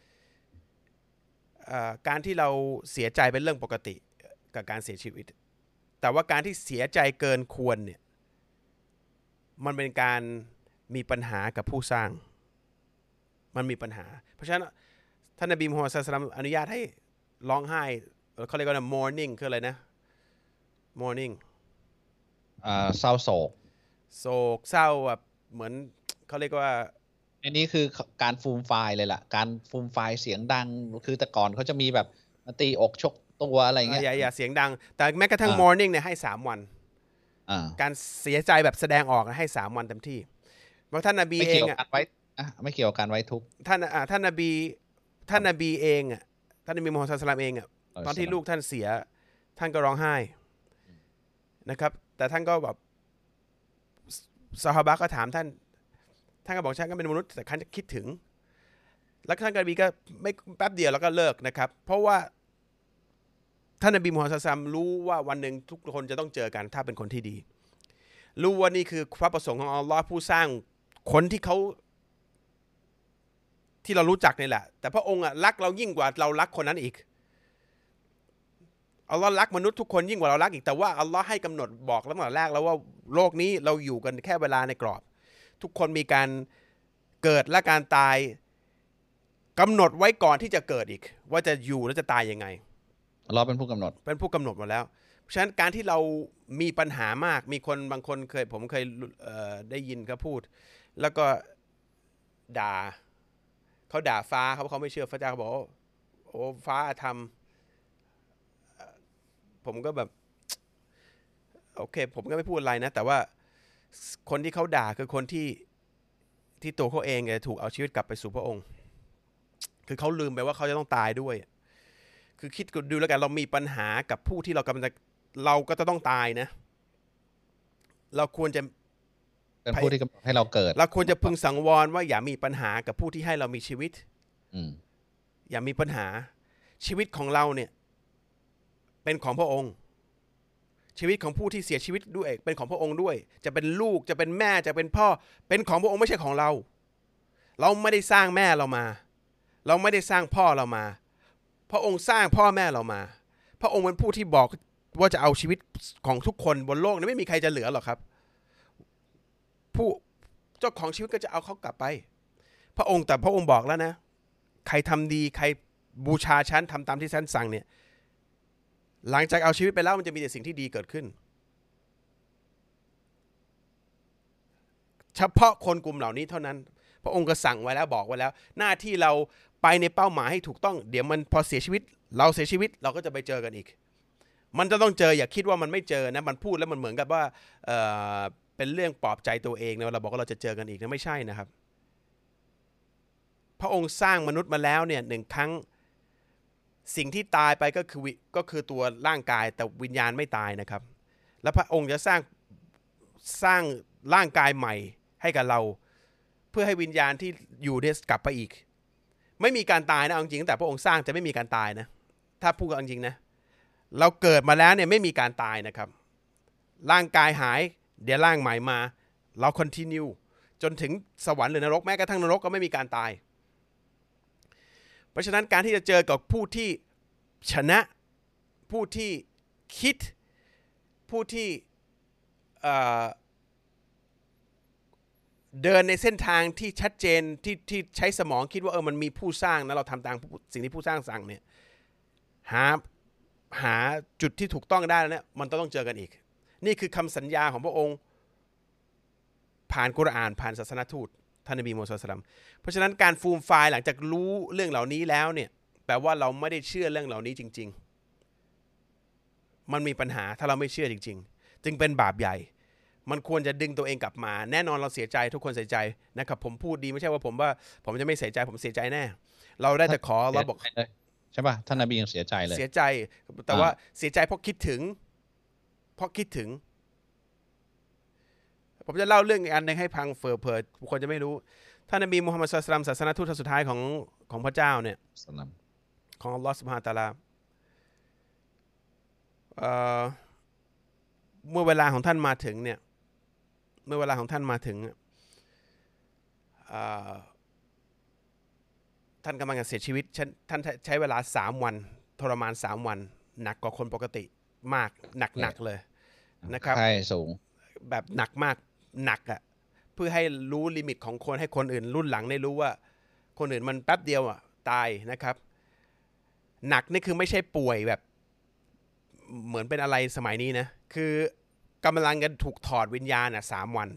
การที่เราเสียใจเป็นเรื่องปกติกับการเสียชีวิตแต่ว่าการที่เสียใจเกินควรเนี่ยมันเป็นการมีปัญหากับผู้สร้างมันมีปัญหาเพราะฉะนั้นท่านนบีมุฮัมมัดศ็อลลัลลอฮุอะลัยฮิวะซัลลัมอนุญาตให้ร้องไห้เขาเรียกว่า mourning คืออะไรนะ mourning เศร้าโศกเศร้าแบบเหมือนเขาเรียกว่าอันนี้คือการฟูมไฟล์เลยล่ะการฟูมไฟล์เสียงดังคือแต่ก่อนเขาจะมีแบบตีอกชกตัวอะไรเงี้ยอย่าเสียงดังแต่แม้กระทั่ง mourning เนี่ยให้3วันการเสียใจแบบแสดงออกให้3วันเต็มที่เพราะท่านนบีเองไม่เกี่ยวกับการไว้ทุกข์ท่านนบีเองท่านนบีมุฮัมมัดศ็อลลัลลอฮุอะลัยฮิวะซัลลัมเองตอนที่ลูกท่านเสียท่านก็ร้องไห้นะครับแต่ท่านก็แบบซอฮาบะห์ก็ถามท่านก็บอกฉันก็เป็นมนุษย์แต่ท่านจะคิดถึงแล้วท่านนบีก็ไม่แป๊บเดียวแล้วก็เลิกนะครับเพราะว่าท่านนบีมุฮัมมัดศ็อลลัลลอฮุอะลัยฮิวะซัลลัมรู้ว่าวันหนึ่งทุกคนจะต้องเจอกันถ้าเป็นคนที่ดีรู้ว่านี่คือพระประสงค์ของอัลลอฮ์ผู้สร้างคนที่เรารู้จักนี่แหละแต่พระองค์รักเรายิ่งกว่าเรารักคนนั้นอีกอัลลอฮ์รักมนุษย์ทุกคนยิ่งกว่าเรารักอีกแต่ว่าอัลลอฮ์ให้กำหนดบอกตั้งแต่แรกแล้วว่าโลกนี้เราอยู่กันแค่เวลาในกรอบทุกคนมีการเกิดและการตายกำหนดไว้ก่อนที่จะเกิดอีกว่าจะอยู่และจะตายยังไงอัลลอฮ์เป็นผู้กำหนดหมดแล้วเพราะฉะนั้นการที่เรามีปัญหามากมีคนบางคนผมเคยได้ยินเขาพูดแล้วก็ด่าฟ้าเขาไม่เชื่อพระเจ้าเขาบอกโอ้ฟ้าทำผมก็แบบโอเคผมก็ไม่พูดอะไรนะแต่ว่าคนที่เขาด่าคือคนที่ตัวเขาเองถูกเอาชีวิตกลับไปสู่พระองค์คือเขาลืมไปว่าเขาจะต้องตายด้วยคือคิดดูแล้วกันเรามีปัญหากับผู้ที่เราก็จะต้องตายนะเราควรจะเป็นผู้ที่กำหนดให้เราเกิดเราควรจะพึงสังวรว่าอย่ามีปัญหากับผู้ที่ให้เรามีชีวิตอย่ามีปัญหาชีวิตของเราเนี่ยเป็นของพระองค์ชีวิตของผู้ที่เสียชีวิตด้วยเป็นของพระองค์ด้วยจะเป็นลูกจะเป็นแม่จะเป็นพ่อเป็นของพระองค์ไม่ใช่ของเราเราไม่ได้สร้างแม่เรามาเราไม่ได้สร้างพ่อเรามาพระองค์สร้างพ่อแม่เรามาพระองค์เป็นผู้ที่บอกว่าจะเอาชีวิตของทุกคนบนโลกนี้ไม่มีใครจะเหลือหรอกครับผู้เจ้าของชีวิตก็จะเอาเขากลับไปพระองค์บอกแล้วนะใครทำดีใครบูชาฉันทำตามที่ฉันสั่งเนี่ยหลังจากเอาชีวิตไปแล้วมันจะมีแต่สิ่งที่ดีเกิดขึ้นเฉพาะคนกลุ่มเหล่านี้เท่านั้นพระองค์ก็สั่งไว้แล้วบอกไว้แล้วหน้าที่เราไปในเป้าหมายให้ถูกต้องเดี๋ยวมันพอเสียชีวิตเราเสียชีวิตเราก็จะไปเจอกันอีกมันจะต้องเจออย่าคิดว่ามันไม่เจอนะมันพูดแล้วมันเหมือนกับว่าเป็นเรื่องปลอบใจตัวเองนะเราบอกว่าเราจะเจอกันอีกนะไม่ใช่นะครับพระองค์สร้างมนุษย์มาแล้วเนี่ย1 ครั้งสิ่งที่ตายไปก็คือตัวร่างกายแต่วิญญาณไม่ตายนะครับแล้วพระองค์จะสร้างร่างกายใหม่ให้กับเราเพื่อให้วิญญาณที่อยู่เนี่ยกลับไปอีกไม่มีการตายนะจริงๆแต่พระองค์สร้างจะไม่มีการตายนะถ้าพูดกันจริงนะเราเกิดมาแล้วเนี่ยไม่มีการตายนะครับร่างกายหายเดี๋ยวร่างใหม่มาเราคอนทินิวจนถึงสวรรค์หรือนรกแม้กระทั่งนรกก็ไม่มีการตายเพราะฉะนั้นการที่จะเจอกับผู้ที่ชนะผู้ที่คิดผู้ที่เดินในเส้นทางที่ชัดเจนที่ใช้สมองคิดว่ามันมีผู้สร้างนะเราทำตามสิ่งที่ผู้สร้างสั่งเนี่ยหาจุดที่ถูกต้องได้แล้วเนี่ยมันต้องเจอกันอีกนี่คือคำสัญญาของพระองค์ผ่านกุรอานผ่านศาสนทูตท่านนบีมูฮัมมัดศ็อลลัลลอฮุอะลัยฮิวะซัลลัมเพราะฉะนั้นการฟูมไฟล์หลังจากรู้เรื่องเหล่านี้แล้วเนี่ยแปลว่าเราไม่ได้เชื่อเรื่องเหล่านี้จริงๆมันมีปัญหาถ้าเราไม่เชื่อจริงๆจึงเป็นบาปใหญ่มันควรจะดึงตัวเองกลับมาแน่นอนเราเสียใจทุกคนเสียใจนะครับผมพูดดีไม่ใช่ว่าผมจะไม่เสียใจผมเสียใจแน่เราได้แต่ขอเราบอกใช่ป่ะท่านนบียังเสียใจเลยเสียใจแต่ว่าเสียใจเพราะคิดถึงผมจะเล่าเรื่องอีกอันนึงให้พังเผื่อบุคคลจะไม่รู้ท่านนบีมุฮัมมัดศ็อลลัลลอฮุอะลัยฮิวะซัลลัมศาสนทูตท่านสุดท้ายของพระเจ้าเนี่ยของอัลลอฮฺซุบฮานะฮูวะตะอาลาเมื่อเวลาของท่านมาถึงเนี่ยท่านกำลังจะเสียชีวิตท่านใช้เวลา3 วันทรมาน3 วันหนักกว่าคนปกติมากหนักเลยนะครับใช่สูงแบบหนักมากหนักอ่ะเพื่อให้รู้ลิมิตของคนให้คนอื่นรุ่นหลังได้รู้ว่าคนอื่นมันแป๊บเดียวอ่ะตายนะครับหนักนี่คือไม่ใช่ป่วยแบบเหมือนเป็นอะไรสมัยนี้นะคือกำลังกันถูกถอดวิญญาณ3 วัน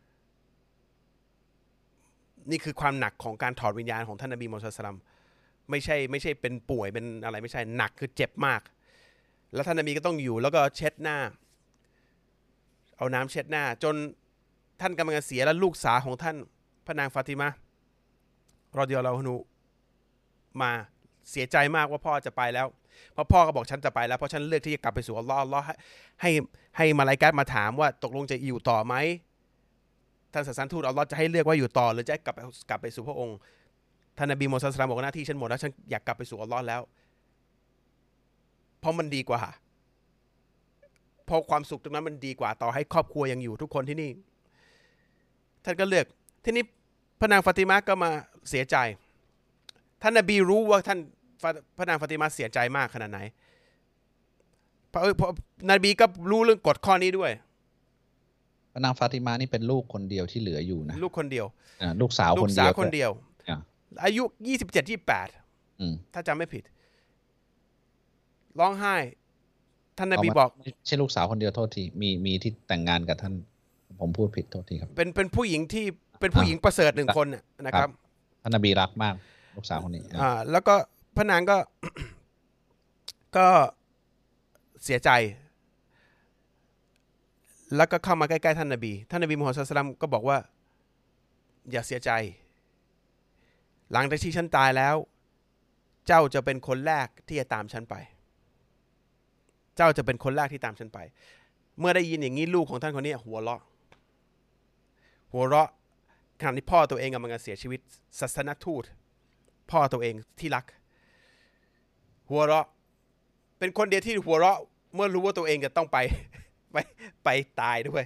นี่คือความหนักของการถอดวิญญาณของท่านนบีมูฮัมมัดศ็อลลัลลอฮุอะลัยฮิวะซัลลัมไม่ใช่เป็นป่วยเป็นอะไรไม่ใช่หนักคือเจ็บมากแล้วท่านนบีก็ต้องอยู่แล้วก็เช็ดหน้าเอาน้ำเช็ดหน้าจนท่านกำลังจะเสียแล้วลูกสาวของท่านพระนางฟาติมะห์รอฎิยัลลอฮุอันฮุมาเสียใจมากว่าพ่อจะไปแล้วเพราะพ่อก็บอกฉันจะไปแล้วเพราะฉันเลือกที่จะกลับไปสู่อัลลอฮ์ให้มาลาอิกะฮ์มาถามว่าตกลงจะอยู่ต่อไหมท่านศาสนทูตอัลลอฮ์จะให้เลือกว่าอยู่ต่อหรือจะกลับไปสู่พระองค์ท่านนบีมูฮัมมัดศ็อลลัลลอฮุอะลัยฮิวะซัลลัมบอกว่าหน้าที่ฉันหมดแล้วฉันอยากกลับไปสู่อัลลอฮ์แล้วเพราะมันดีกว่าเพราะความสุขตรงนั้นมันดีกว่าต่อให้ครอบครัวยังอยู่ทุกคนที่นี่ท่านก็เลือกทีนี้พระนางฟาติมะห์ก็มาเสียใจท่านนบีรู้ว่าพระนางฟาติมะห์เสียใจมากขนาดไหนเพราะนบีก็รู้เรื่องกฎข้อนี้ด้วยพระนางฟาติมานี่เป็นลูกคนเดียวที่เหลืออยู่นะลูกคนเดียวลูกสาวคนเดียวอายุ27-28ถ้าจำไม่ผิดร้องไห้ท่านนบีบอกไม่ใช่ลูกสาวคนเดียวโทษทีมีที่แต่งงานกับท่านผมพูดผิดโทษทีครับเป็นผู้หญิงที่เป็นผู้หญิงประเสริฐ1 คนนะครับท่านนบีรักมากลูกสาวคนนี้แล้วก็พระนางก็ ก็เสียใจแล้วก็เข้ามาใกล้ๆท่านนบีมูฮัมมัดศ็อลลัลลอฮุอะลัยฮิวะซัลลัมก็บอกว่าอย่าเสียใจหลังจากที่ฉันตายแล้วเจ้าจะเป็นคนแรกที่จะตามฉันไปเจ้าจะเป็นคนแรกที่ตามฉันไปเมื่อได้ยินอย่างนี้ลูกของท่านคนนี้หัวเราะขณะที่พ่อตัวเองกำลังจะเสียชีวิตศาสนทูตพ่อตัวเองที่รักหัวเราะเป็นคนเดียวที่หัวเราะเมื่อรู้ว่าตัวเองจะต้องไปตายด้วย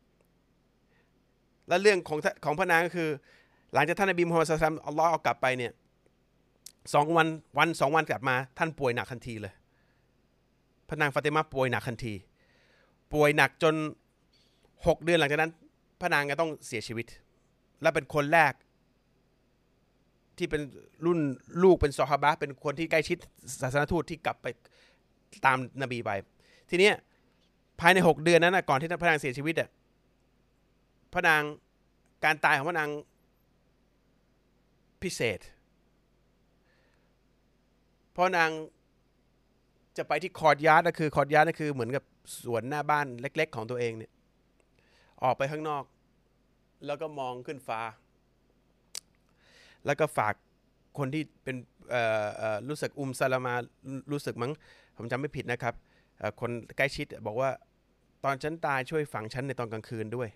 และเรื่องของพระนางก็คือหลังจากท่านนบีมูฮัมมัดศ็อลลัลลอฮุอะลัยฮิวะซัลลัมอัลลอฮ์เอากลับไปเนี่ย2 วันกลับมาท่านป่วยหนักทันทีเลยพระนางฟาติมาป่วยหนักทันทีป่วยหนักจน6 เดือนหลังจากนั้นพระนางก็ต้องเสียชีวิตและเป็นคนแรกที่เป็นรุ่นลูกเป็นซอฮาบะห์เป็นคนที่ใกล้ชิดศาสนทูตที่กลับไปตามนบีไปทีนี้ภายใน6 เดือนนั้นก่อนที่พระนางเสียชีวิตพระนางการตายของพระนางพิเศษเพราะนางจะไปที่คอร์ดยาร์ดก็คือคอร์ดยาร์ดก็คือเหมือนกับสวนหน้าบ้านเล็กๆของตัวเองเนี่ยออกไปข้างนอกแล้วก็มองขึ้นฟ้าแล้วก็ฝากคนที่เป็นรู้สึกซาลามารู้สึกมั้งผมจำไม่ผิดนะครับคนใกล้ชิดบอกว่าตอนฉันตายช่วยฝังฉันในตอนกลางคืนด้วย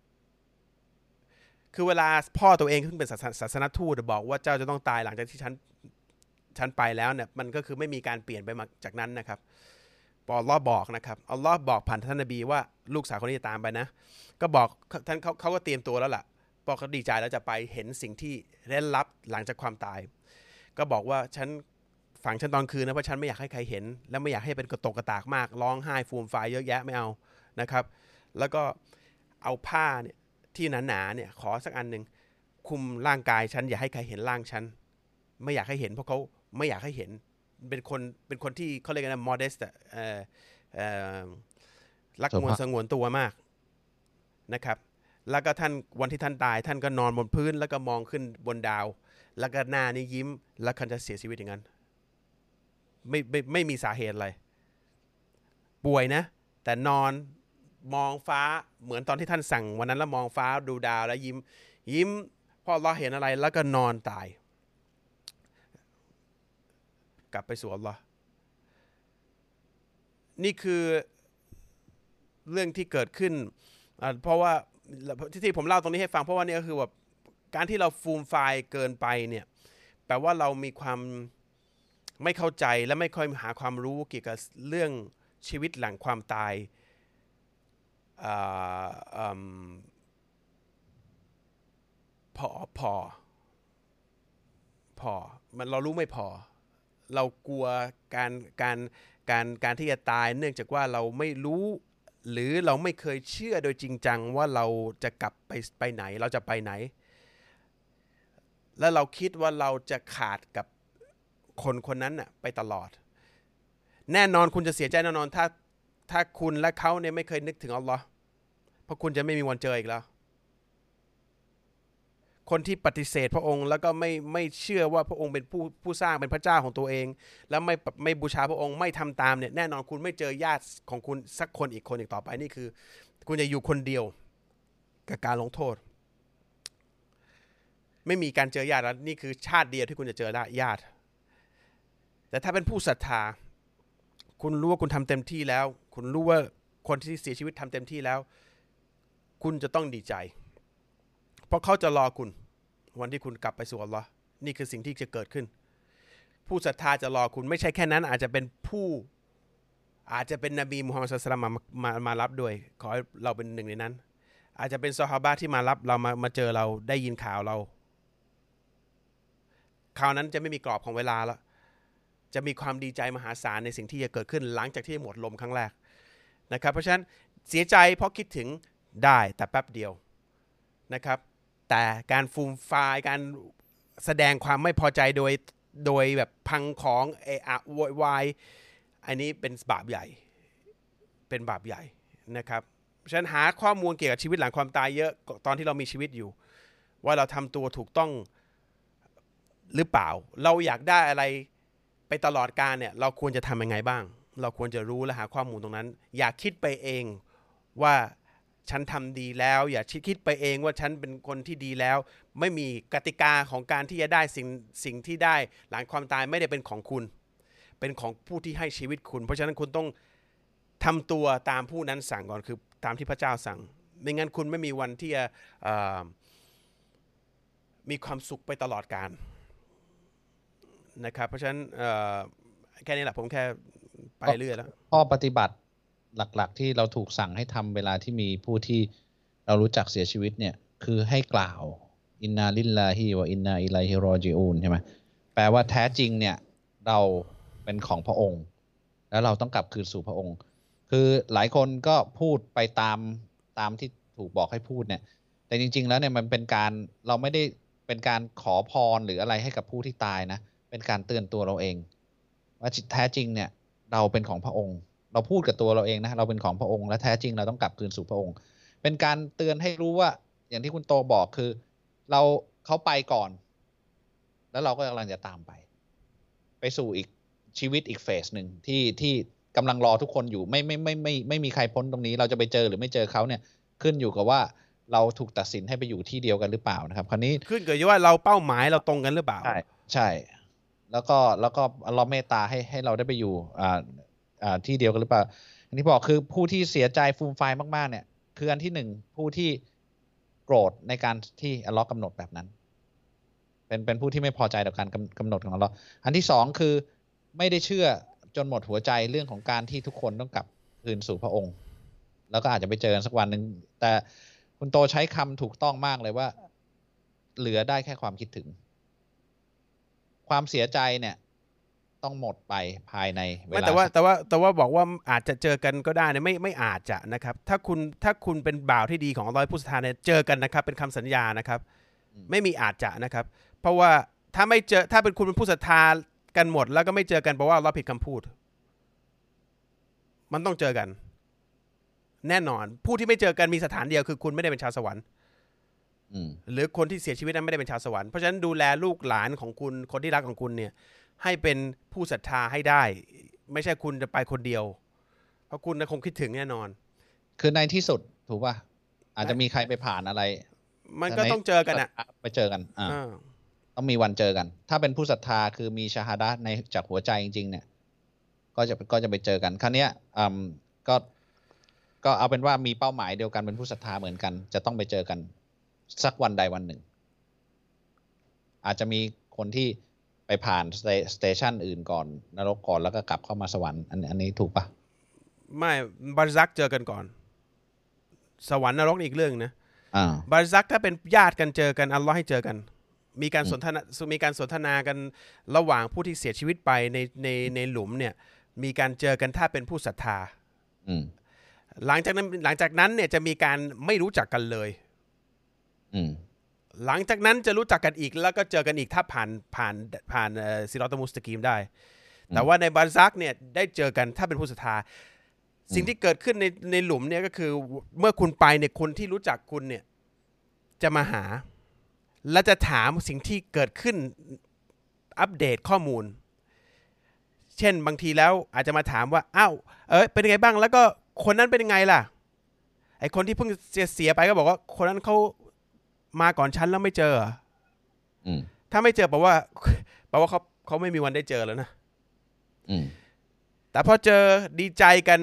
คือเวลาพ่อตัวเองซึ่งเป็นศาสนทูตบอกว่าเจ้าจะต้องตายหลังจากที่ฉันไปแล้วเนี่ยมันก็คือไม่มีการเปลี่ยนไปมาจากนั้นนะครับอัลลอฮ์บอกนะครับอัลลอฮ์บอกผ่านท่านนบีว่าลูกสาวคนนี้จะตามไปนะก็บอกท่านเขาก็เตรียมตัวแล้วล่ะพอเขาดีใจแล้วจะไปเห็นสิ่งที่เร้นลับหลังจากความตายก็บอกว่าฉันฝังฉันตอนคืนนะเพราะฉันไม่อยากให้ใครเห็นและไม่อยากให้เป็นกระตกมากร้องไห้ฟูมฟายเยอะแยะไม่เอานะครับแล้วก็เอาผ้าเนี่ยที่หนาๆเนี่ยขอสักอันนึงคุมร่างกายฉันอย่าให้ใครเห็นร่างฉันไม่อยากให้เห็นเพราะเขาไม่อยากให้เห็นเป็นคนที่เขาเรียกกันนะ modest รักสงวนตัวมากนะครับแล้วก็ท่านวันที่ท่านตายท่านก็นอนบนพื้นแล้วก็มองขึ้นบนดาวแล้วก็หน้านี่ยิ้มแล้วคันจะเสียชีวิตอย่างนั้นไม่มีสาเหตุอะไรป่วยนะแต่นอนมองฟ้าเหมือนตอนที่ท่านสั่งวันนั้นแล้วมองฟ้าดูดาวแล้วยิ้มพออัลเลาะห์เห็นอะไรแล้วก็นอนตายกลับไปสู่อัลเลาะห์นี่คือเรื่องที่เกิดขึ้นเพราะว่าที่ผมเล่าตรงนี้ให้ฟังเพราะว่านี่ก็คือแบบการที่เราฟูมไฟล์เกินไปเนี่ยแปลว่าเรามีความไม่เข้าใจและไม่ค่อยหาความรู้เกี่ยวกับเรื่องชีวิตหลังความตายพอมันเรารู้ไม่พอเรากลัวการที่จะตายเนื่องจากว่าเราไม่รู้หรือเราไม่เคยเชื่อโดยจริงจังว่าเราจะกลับไปไหนเราจะไปไหนแล้วเราคิดว่าเราจะขาดกับคนนั้นน่ะไปตลอดแน่นอนคุณจะเสียใจแน่นอนถ้าคุณและเขาเนี่ยไม่เคยนึกถึงอัลลอฮ์เพราะคุณจะไม่มีวันเจออีกแล้วคนที่ปฏิเสธพระองค์แล้วก็ไม่เชื่อว่าพระองค์เป็นผู้สร้างเป็นพระเจ้าของตัวเองแล้วไม่บูชาพระองค์ไม่ทำตามเนี่ยแน่นอนคุณไม่เจอญาติของคุณสักคนอีกต่อไปนี่คือคุณจะอยู่คนเดียวกับการลงโทษไม่มีการเจอญาติแล้วนี่คือชาติเดียวที่คุณจะเจอญาติแต่ถ้าเป็นผู้ศรัทธาคุณรู้ว่าคุณทำเต็มที่แล้วคุณรู้ว่าคนที่เสียชีวิตทำเต็มที่แล้วคุณจะต้องดีใจเพราะเขาจะรอคุณวันที่คุณกลับไปสู่อัลลอฮ์นี่คือสิ่งที่จะเกิดขึ้นผู้ศรัทธาจะรอคุณไม่ใช่แค่นั้นอาจจะเป็นนบีมุฮัมมัดศ็อลลัลลอฮุอะลัยฮิวะซัลลัมมารับด้วยขอให้เราเป็นหนึ่งในนั้นอาจจะเป็นซอฮาบะห์ที่มารับเรามาเจอเราได้ยินข่าวเราคราวนั้นจะไม่มีกรอบของเวลาแล้วจะมีความดีใจมหาศาลในสิ่งที่จะเกิดขึ้นหลังจากที่หมดลมครั้งแรกนะครับเพราะฉะนั้นเสียใจเพราะคิดถึงได้แต่แป๊บเดียวนะครับแต่การฟูมไฟล์การแสดงความไม่พอใจโดยแบบพังของโวยวายอันนี้เป็นบาปใหญ่นะครับเพราะฉะนั้นหาข้อมูลเกี่ยวกับชีวิตหลังความตายเยอะตอนที่เรามีชีวิตอยู่ว่าเราทำตัวถูกต้องหรือเปล่าเราอยากได้อะไรไปตลอดกาลเนี่ยเราควรจะทำยังไงบ้างเราควรจะรู้และหาข้อมูลตรงนั้นอย่าคิดไปเองว่าฉันทำดีแล้วอย่าคิดไปเองว่าฉันเป็นคนที่ดีแล้วไม่มีกติกาของการที่จะได้สิ่งที่ได้หลังความตายไม่ได้เป็นของคุณเป็นของผู้ที่ให้ชีวิตคุณเพราะฉะนั้นคุณต้องทำตัวตามผู้นั้นสั่งก่อนคือตามที่พระเจ้าสั่งไม่งั้นคุณไม่มีวันที่จะมีความสุขไปตลอดกาลนะครับเพราะฉะนั้นแค่นี้แหละผมแค่ไปเรื่อยแล้วข้อปฏิบัติหลักๆที่เราถูกสั่งให้ทำเวลาที่มีผู้ที่เรารู้จักเสียชีวิตเนี่ยคือให้กล่าวอินนาลิลลาฮิวะอินนาอิลัยฮิรอญิอูนใช่ไหมแปลว่าแท้จริงเนี่ยเราเป็นของพระองค์แล้วเราต้องกลับคืนสู่พระองค์คือหลายคนก็พูดไปตามที่ถูกบอกให้พูดเนี่ยแต่จริงๆแล้วเนี่ยมันเป็นการเราไม่ได้เป็นการขอพรหรืออะไรให้กับผู้ที่ตายนะเป็นการเตือนตัวเราเองว่าแท้จริงเนี่ยเราเป็นของพระองค์เราพูดกับตัวเราเองนะเราเป็นของพระองค์และแท้จริงเราต้องกลับคืนสู่พระองค์เป็นการเตือนให้รู้ว่าอย่างที่คุณโตบอกคือเขาไปก่อนแล้วเราก็กำลังจะตามไปสู่อีกชีวิตอีกเฟสหนึ่งที่กำลังรอทุกคนอยู่ไม่มีใครพ้นตรงนี้เราจะไปเจอหรือไม่เจอเขาเนี่ยขึ้นอยู่กับว่าเราถูกตัดสินให้ไปอยู่ที่เดียวกันหรือเปล่านะครับคราวนี้ขึ้นกับว่าเราเป้าหมายเราตรงกันหรือเปล่าใช่แล้วก็เราเมตตาให้เราได้ไปอยู่ที่เดียวกันหรือเปล่าอันที่บอกคือผู้ที่เสียใจฟูมไฟายมากๆเนี่ยคืออันที่หนึ่งผู้ที่โกรธในการที่อัลเลาะห์กำหนดแบบนั้นเป็นผู้ที่ไม่พอใจต่อการกำหนดของอัลเลาะห์อันที่สองคือไม่ได้เชื่อจนหมดหัวใจเรื่องของการที่ทุกคนต้องกลับคืนสู่พระองค์แล้วก็อาจจะไปเจอกันสักวันหนึ่งแต่คุณโตใช้คำถูกต้องมากเลยว่าเหลือได้แค่ความคิดถึงความเสียใจเนี่ยต้องหมดไปภายในเวลาแต่ว่าบอกว่าอาจจะเจอกันก็ได้เนี่ยไม่อาจจะนะครับถ้าคุณเป็นบ่าวที่ดีของอัลเลาะห์ผู้ศรัทธาเนี่ยเจอกันนะครับเป็นคำสัญญานะครับไม่มีอาจจะนะครับเพราะว่าถ้าไม่เจอถ้าเป็นคุณเป็นผู้ศรัทธากันหมดแล้วก็ไม่เจอกันเพราะว่าอัลเลาะห์ผิดคำพูดมันต้องเจอกันแน่นอนผู้ที่ไม่เจอกันมีสถานเดียวคือคุณไม่ได้เป็นชาวสวรรค์หรือคนที่เสียชีวิตนั้นไม่ได้เป็นชาวสวรรค์เพราะฉะนั้นดูแลลูกหลานของคุณคนที่รักของคุณเนี่ยให้เป็นผู้ศรัทธาให้ได้ไม่ใช่คุณจะไปคนเดียวเพราะคุณคงคิดถึงแน่นอนคือในที่สุดถูกป่ะอาจจะมีใครไปผ่านอะไรมันก็ต้องเจอกันไปเจอกันต้องมีวันเจอกันถ้าเป็นผู้ศรัทธาคือมีชาฮาดะห์ในจากหัวใจจริงๆเนี่ยก็จะไปเจอกันครั้งนี้ก็เอาเป็นว่ามีเป้าหมายเดียวกันเป็นผู้ศรัทธาเหมือนกันจะต้องไปเจอกันสักวันใดวันหนึ่งอาจจะมีคนที่ไปผ่านสเตชันอื่นก่อนนรกก่อนแล้วก็กลับเข้ามาสวรรค์อันนี้ถูกปะไม่บาร์ซักเจอกันก่อนสวรรค์นรกอีกเรื่องนะบาร์ซักถ้าเป็นญาติกันเจอกันอัลเลาะห์ให้เจอกันมีการสนทนากันระหว่างผู้ที่เสียชีวิตไปในหลุมเนี่ยมีการเจอกันถ้าเป็นผู้ศรัทธาหลังจากนั้นเนี่ยจะมีการไม่รู้จักกันเลยหลังจากนั้นจะรู้จักกันอีกแล้วก็เจอกันอีกถ้าผ่านซิรอตุลมุสตะกีมได้แต่ว่าในบาร์ซักเนี่ยได้เจอกันถ้าเป็นผู้ศรัทธาสิ่งที่เกิดขึ้นในหลุมเนี่ยก็คือเมื่อคุณไปเนี่ยคนที่รู้จักคุณเนี่ยจะมาหาและจะถามสิ่งที่เกิดขึ้นอัปเดตข้อมูลเช่นบางทีแล้วอาจจะมาถามว่าอ้าวเป็นยังไงบ้างแล้วก็คนนั้นเป็นยังไงล่ะไอคนที่เพิ่งเสียไปก็บอกว่าคนนั้นเขามาก่อนฉันแล้วไม่เจอถ้าไม่เจอแปลว่าเขาไม่มีวันได้เจอแล้วนะแต่พอเจอดีใจกัน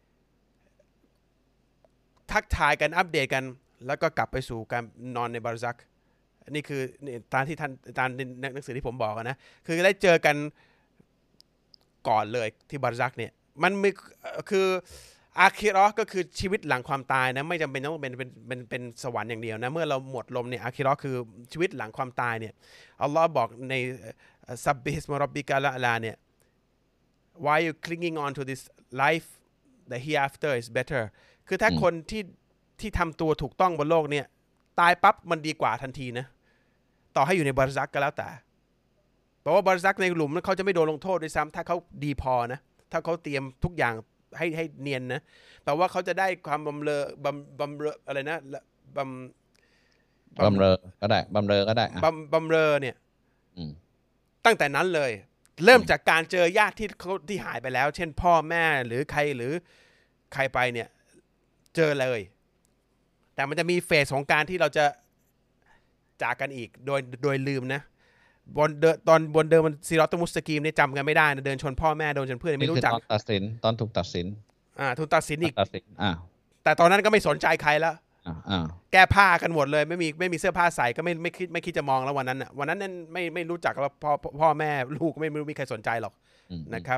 ทักทายกันอัปเดตกันแล้วก็กลับไปสู่การนอนในบาร์ซักนี่คือตามที่ตามหนังสือที่ผมบอกนะคือได้เจอกันก่อนเลยที่บาร์ซักเนี่ยมันมีคืออาคิเราะห์ก็คือชีวิตหลังความตายนะไม่จำเป็นต้องเป็นสวรรค์อย่างเดียวนะเมื่อเราหมดลมเนี่ยอาคิเราะห์คือชีวิตหลังความตายเนี่ยอัลลอฮ์บอกในซับบิฮิสมิร็อบบิกะละลาเนี่ย why you clinging on to this life the hereafter is better คือถ้าคนที่ทำตัวถูกต้องบนโลกเนี่ยตายปั๊บมันดีกว่าทันทีนะต่อให้อยู่ในบาร์ซักก็แล้วแต่เพราะว่าบาร์ซักในหลุมนั้นเขาจะไม่โดนลงโทษด้วยซ้ำถ้าเขาดีพอนะถ้าเขาเตรียมทุกอย่างให้เนียนนะแปลว่าเขาจะได้ความบำเรออะไรนะบำเรอก็ได้บำเรอก็ได้บำเรอเนี่ยอืมตั้งแต่นั้นเลยเริ่มจากการเจอญาติที่หายไปแล้ว เช่นพ่อแม่หรือใครไปเนี่ยเจอเลยแต่มันจะมีเฟสของการที่เราจะจากกันอีกโดยลืมนะตอนบนเดินมันซีรอตมุสตะกีมเนี่ยจำกันไม่ได้นะเดินชนพ่อแม่โดนชนเพื่อนไม่รู้จักตอนตัดสินตอนถูกตัดสินถูกตัดสินอีกแต่ตอนนั้นก็ไม่สนใจใครแล้วแก้ผ้ากันหมดเลยไม่มีเสื้อผ้าใส่ก็ไม่คิดจะมองแล้ววันนั้นน่ะวันนั้นนั่นไม่รู้จักแล้วพ่อแม่ลูกไม่มีใครสนใจหรอกนะครับ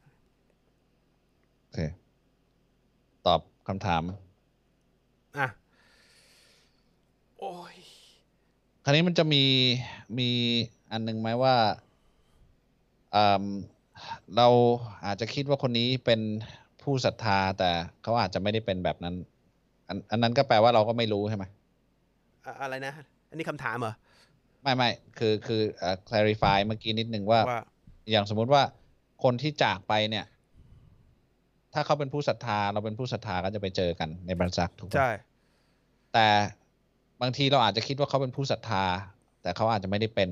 โอเคตอบคำถามโอ้ยคราวนี้มันจะมีอันนึงไหมว่าเราอาจจะคิดว่าคนนี้เป็นผู้ศรัทธาแต่เขาอาจจะไม่ได้เป็นแบบนั้นอันนั้นก็แปลว่าเราก็ไม่รู้ใช่ไหมอะไรนะอันนี้คำถามเหรอไม่คือ clarify เมื่อกี้นิดนึงว่าอย่างสมมุติว่าคนที่จากไปเนี่ยถ้าเขาเป็นผู้ศรัทธาเราเป็นผู้ศรัทธาก็จะไปเจอกันในบรรษักถูกไหมใช่แต่บางทีเราอาจจะคิดว่าเขาเป็นผู้ศรัทธาแต่เขาอาจจะไม่ได้เป็น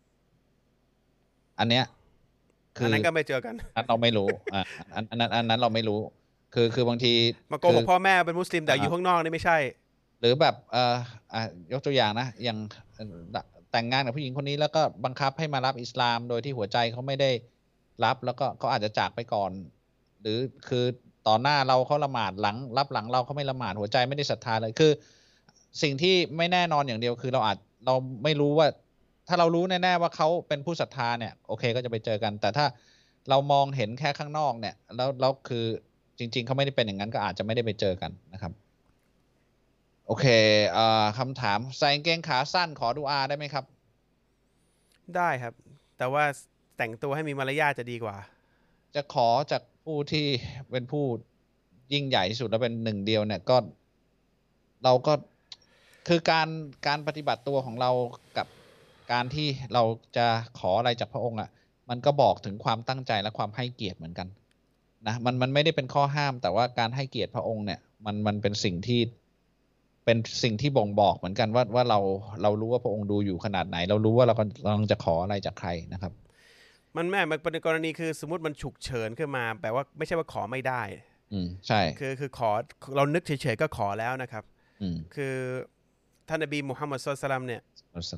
อันเนี้ยอันนั้นก็ไม่เจอกันอันเราไม่รู้อันนั้นเราไม่รู้คือบางทีมาโกหกพ่อแม่เป็นมุสลิมแต่อยู่ข้างนอกนี่ไม่ใช่หรือแบบยกตัวอย่างนะอย่างแต่งงานกับผู้หญิงคนนี้แล้วก็บังคับให้มารับอิสลามโดยที่หัวใจเขาไม่ได้รับแล้วก็เขาอาจจะจากไปก่อนหรือคือต่อหน้าเราเขาละหมาดหลังเราเขาไม่ละหมาดหัวใจไม่ได้ศรัทธาเลยคือสิ่งที่ไม่แน่นอนอย่างเดียวคือเราไม่รู้ว่าถ้าเรารู้แน่ๆว่าเขาเป็นผู้ศรัทธาเนี่ยโอเคก็จะไปเจอกันแต่ถ้าเรามองเห็นแค่ข้างนอกเนี่ยแล้วคือจริงๆเขาไม่ได้เป็นอย่างนั้นก็อาจจะไม่ได้ไปเจอกันนะครับโอเคคำถามใส่กางเกงขาสั้นขอดุอาได้ไหมครับได้ครับแต่ว่าแต่งตัวให้มีมารยาทจะดีกว่าจะขอจากผู้ที่เป็นผู้ยิ่งใหญ่ที่สุดและเป็นหนึ่งเดียวเนี่ยก็เราก็คือการปฏิบัติตัวของเรากับการที่เราจะขออะไรจากพระองค์มันก็บอกถึงความตั้งใจและความให้เกียรติเหมือนกันนะมันไม่ได้เป็นข้อห้ามแต่ว่าการให้เกียรติพระองค์เนี่ยมันเป็นสิ่งที่บ่งบอกเหมือนกันว่าเรารู้ว่าพระองค์ดูอยู่ขนาดไหนเรารู้ว่าเรากำลังจะขออะไรจากใครนะครับมันเป็นกรณีคือสมมติมันฉุกเฉินขึ้นมาแปลว่าไม่ใช่ว่าขอไม่ได้ใช่คือขอเรานึกเฉยๆก็ขอแล้วนะครับคือท่านนบีมุฮัมมัดศ็อลลัลลอฮุอะลัยฮิวะซัลลัมเนี่ย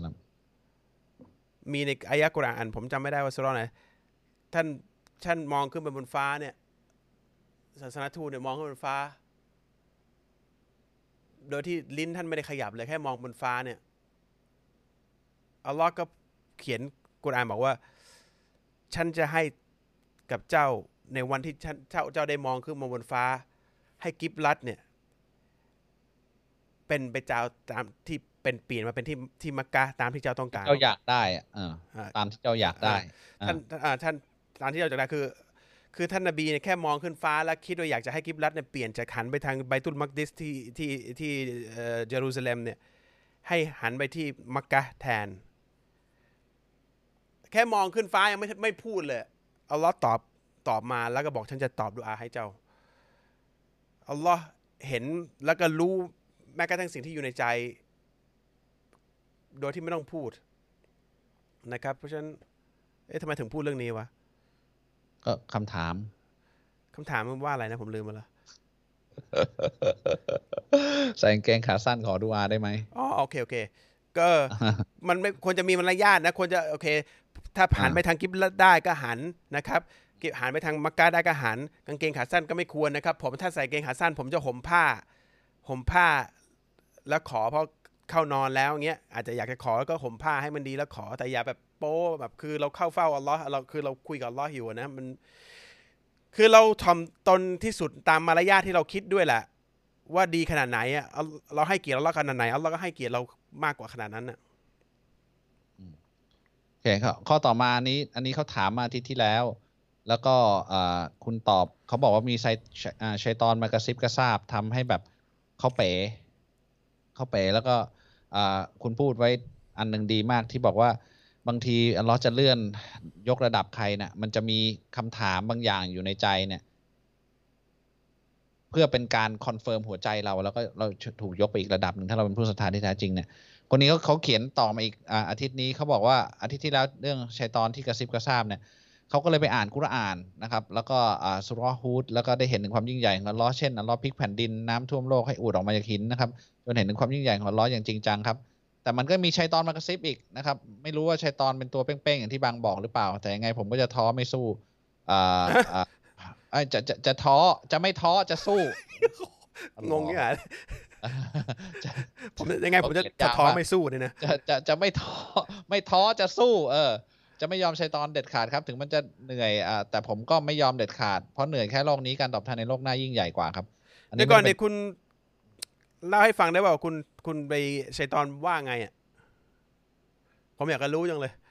มีในอายะห์กุรอานผมจำไม่ได้ว่าซูเราะห์ไหนท่านมองขึ้นไปบนฟ้าเนี่ยศาสนทูตเนี่ยมองขึ้นบนฟ้าโดยที่ลิ้นท่านไม่ได้ขยับเลยแค่มองบนฟ้าเนี่ยอัลลอฮ์ก็เขียนกุรอานบอกว่าฉันจะให้กับเจ้าในวันที่เจ้าได้มองขึ้นมาบนฟ้าให้กิบลัตเนี่ยเป็นไปเจ้าตามที่เป็นเปลี่ยนมาเป็นที่มักกะตามที่เจ้าต้องการเจ้าอยากได้ตามที่เจ้าอยากได้ท่านตามที่เจ้าอยากได้คือท่านนบีเนี่ยแค่มองขึ้นฟ้าแล้วคิดว่าอยากจะให้กิบลัตเนี่ยเปลี่ยนจากหันไปทางไบตุลมักดิสที่เยรูซาเล็มเนี่ยให้หันไปที่มักกะแทนแค่มองขึ้นฟ้ายังไม่พูดเลยอัลลอฮ์ตอบมาแล้วก็บอกฉันจะตอบดุอาให้เจ้าอัลลอฮ์เห็นแล้วก็รู้แม้กระทั่งสิ่งที่อยู่ในใจโดยที่ไม่ต้องพูดนะครับเพราะฉะนั้นทำไมถึงพูดเรื่องนี้วะก็คำถามมันว่าอะไรนะผมลืมมาแล้วใส่กางเกงขาสั้นขอดุอาได้ไหมอ๋อโอเคก็มันไม่ควรจะมีมารยาทนะควรจะโอเคถ้าหันไปทางกิบลัตได้ก็หันนะครับหันไปทางมักกะได้ก็หันกางเกงขาสั้นก็ไม่ควรนะครับผมถ้าใส่กางเกงขาสั้นผมจะห่มผ้าแล้วขอเพราะเข้านอนแล้วเงี้ยอาจจะอยากจะขอแล้วก็ห่มผ้าให้มันดีแล้วขอแต่อย่าแบบโป๊แบบคือเราเข้าเฝ้าอัลลอฮ์เราคุยกับอัลลอฮ์อยู่นะมันคือเราถ่อมตนที่สุดตามมารยาทที่เราคิดด้วยแหละว่าดีขนาดไหนเราให้เกียรติอัลลอฮ์ขนาดไหนอัลลอฮ์ก็ให้เกียรติเรามากกว่าขนาดนั้นน่ะโอเคครับข้อต่อมาอันนี้เขาถามมาอาทิตย์ที่แล้วแล้วก็คุณตอบเขาบอกว่ามีชัยฏอนมากระซิบกระซาบทำให้แบบเขาเป๋แล้วก็คุณพูดไว้อันนึงดีมากที่บอกว่าบางทีอัลเลาะห์จะเลื่อนยกระดับใครเนี่ยมันจะมีคำถามบางอย่างอยู่ในใจเนี่ยเพื่อเป็นการคอนเฟิร์มหัวใจเราแล้วก็เราถูกยกไปอีกระดับหนึ่งถ้าเราเป็นผู้ศรัทธาที่แท้จริงเนี่ยคนนี้เขาเขียนต่อมาอีกอาทิตย์นี้เขาบอกว่าอาทิตย์ที่แล้วเรื่องชัยฏอนที่กระซิบกระซาบเนี่ยเขาก็เลยไปอ่านกุรอานนะครับแล้วก็สุเราะห์ฮูดแล้วก็ได้เห็นถึงความยิ่งใหญ่ของอัลเลาะห์เช่นอัลเลาะห์พลิกแผ่นดินน้ำท่วมโลกให้อูฐออกมาจากหินนะครับจนเห็นถึงความยิ่งใหญ่ของอัลเลาะห์อย่างจริงจังครับแต่มันก็มีชัยฏอนมากระซิบอีกนะครับไม่รู้ว่าชัยฏอนเป็นตัวเป้งๆอย่างที่บางบอกหรือเปล่าแต่ยังไงผมก็จะท้อไม่สู้จะท้อจะไม่ท้อจะสู้งงอย่างไรผมยังไงผมจะท้อไม่สู้เนี่ยนะจะไม่ท้อจะสู้จะไม่ยอมชัยฏอนเด็ดขาดครับถึงมันจะเหนื่อยแต่ผมก็ไม่ยอมเด็ดขาดเพราะเหนื่อยแค่โลกนี้การตอบแทนในโลกหน้ายิ่งใหญ่กว่าครับเดี๋ยวก่อนเนี่ยคุณเล่าให้ฟังได้ว่าคุณไปชัยฏอนว่าไงอ่ะผมอยากจะรู้จังเลย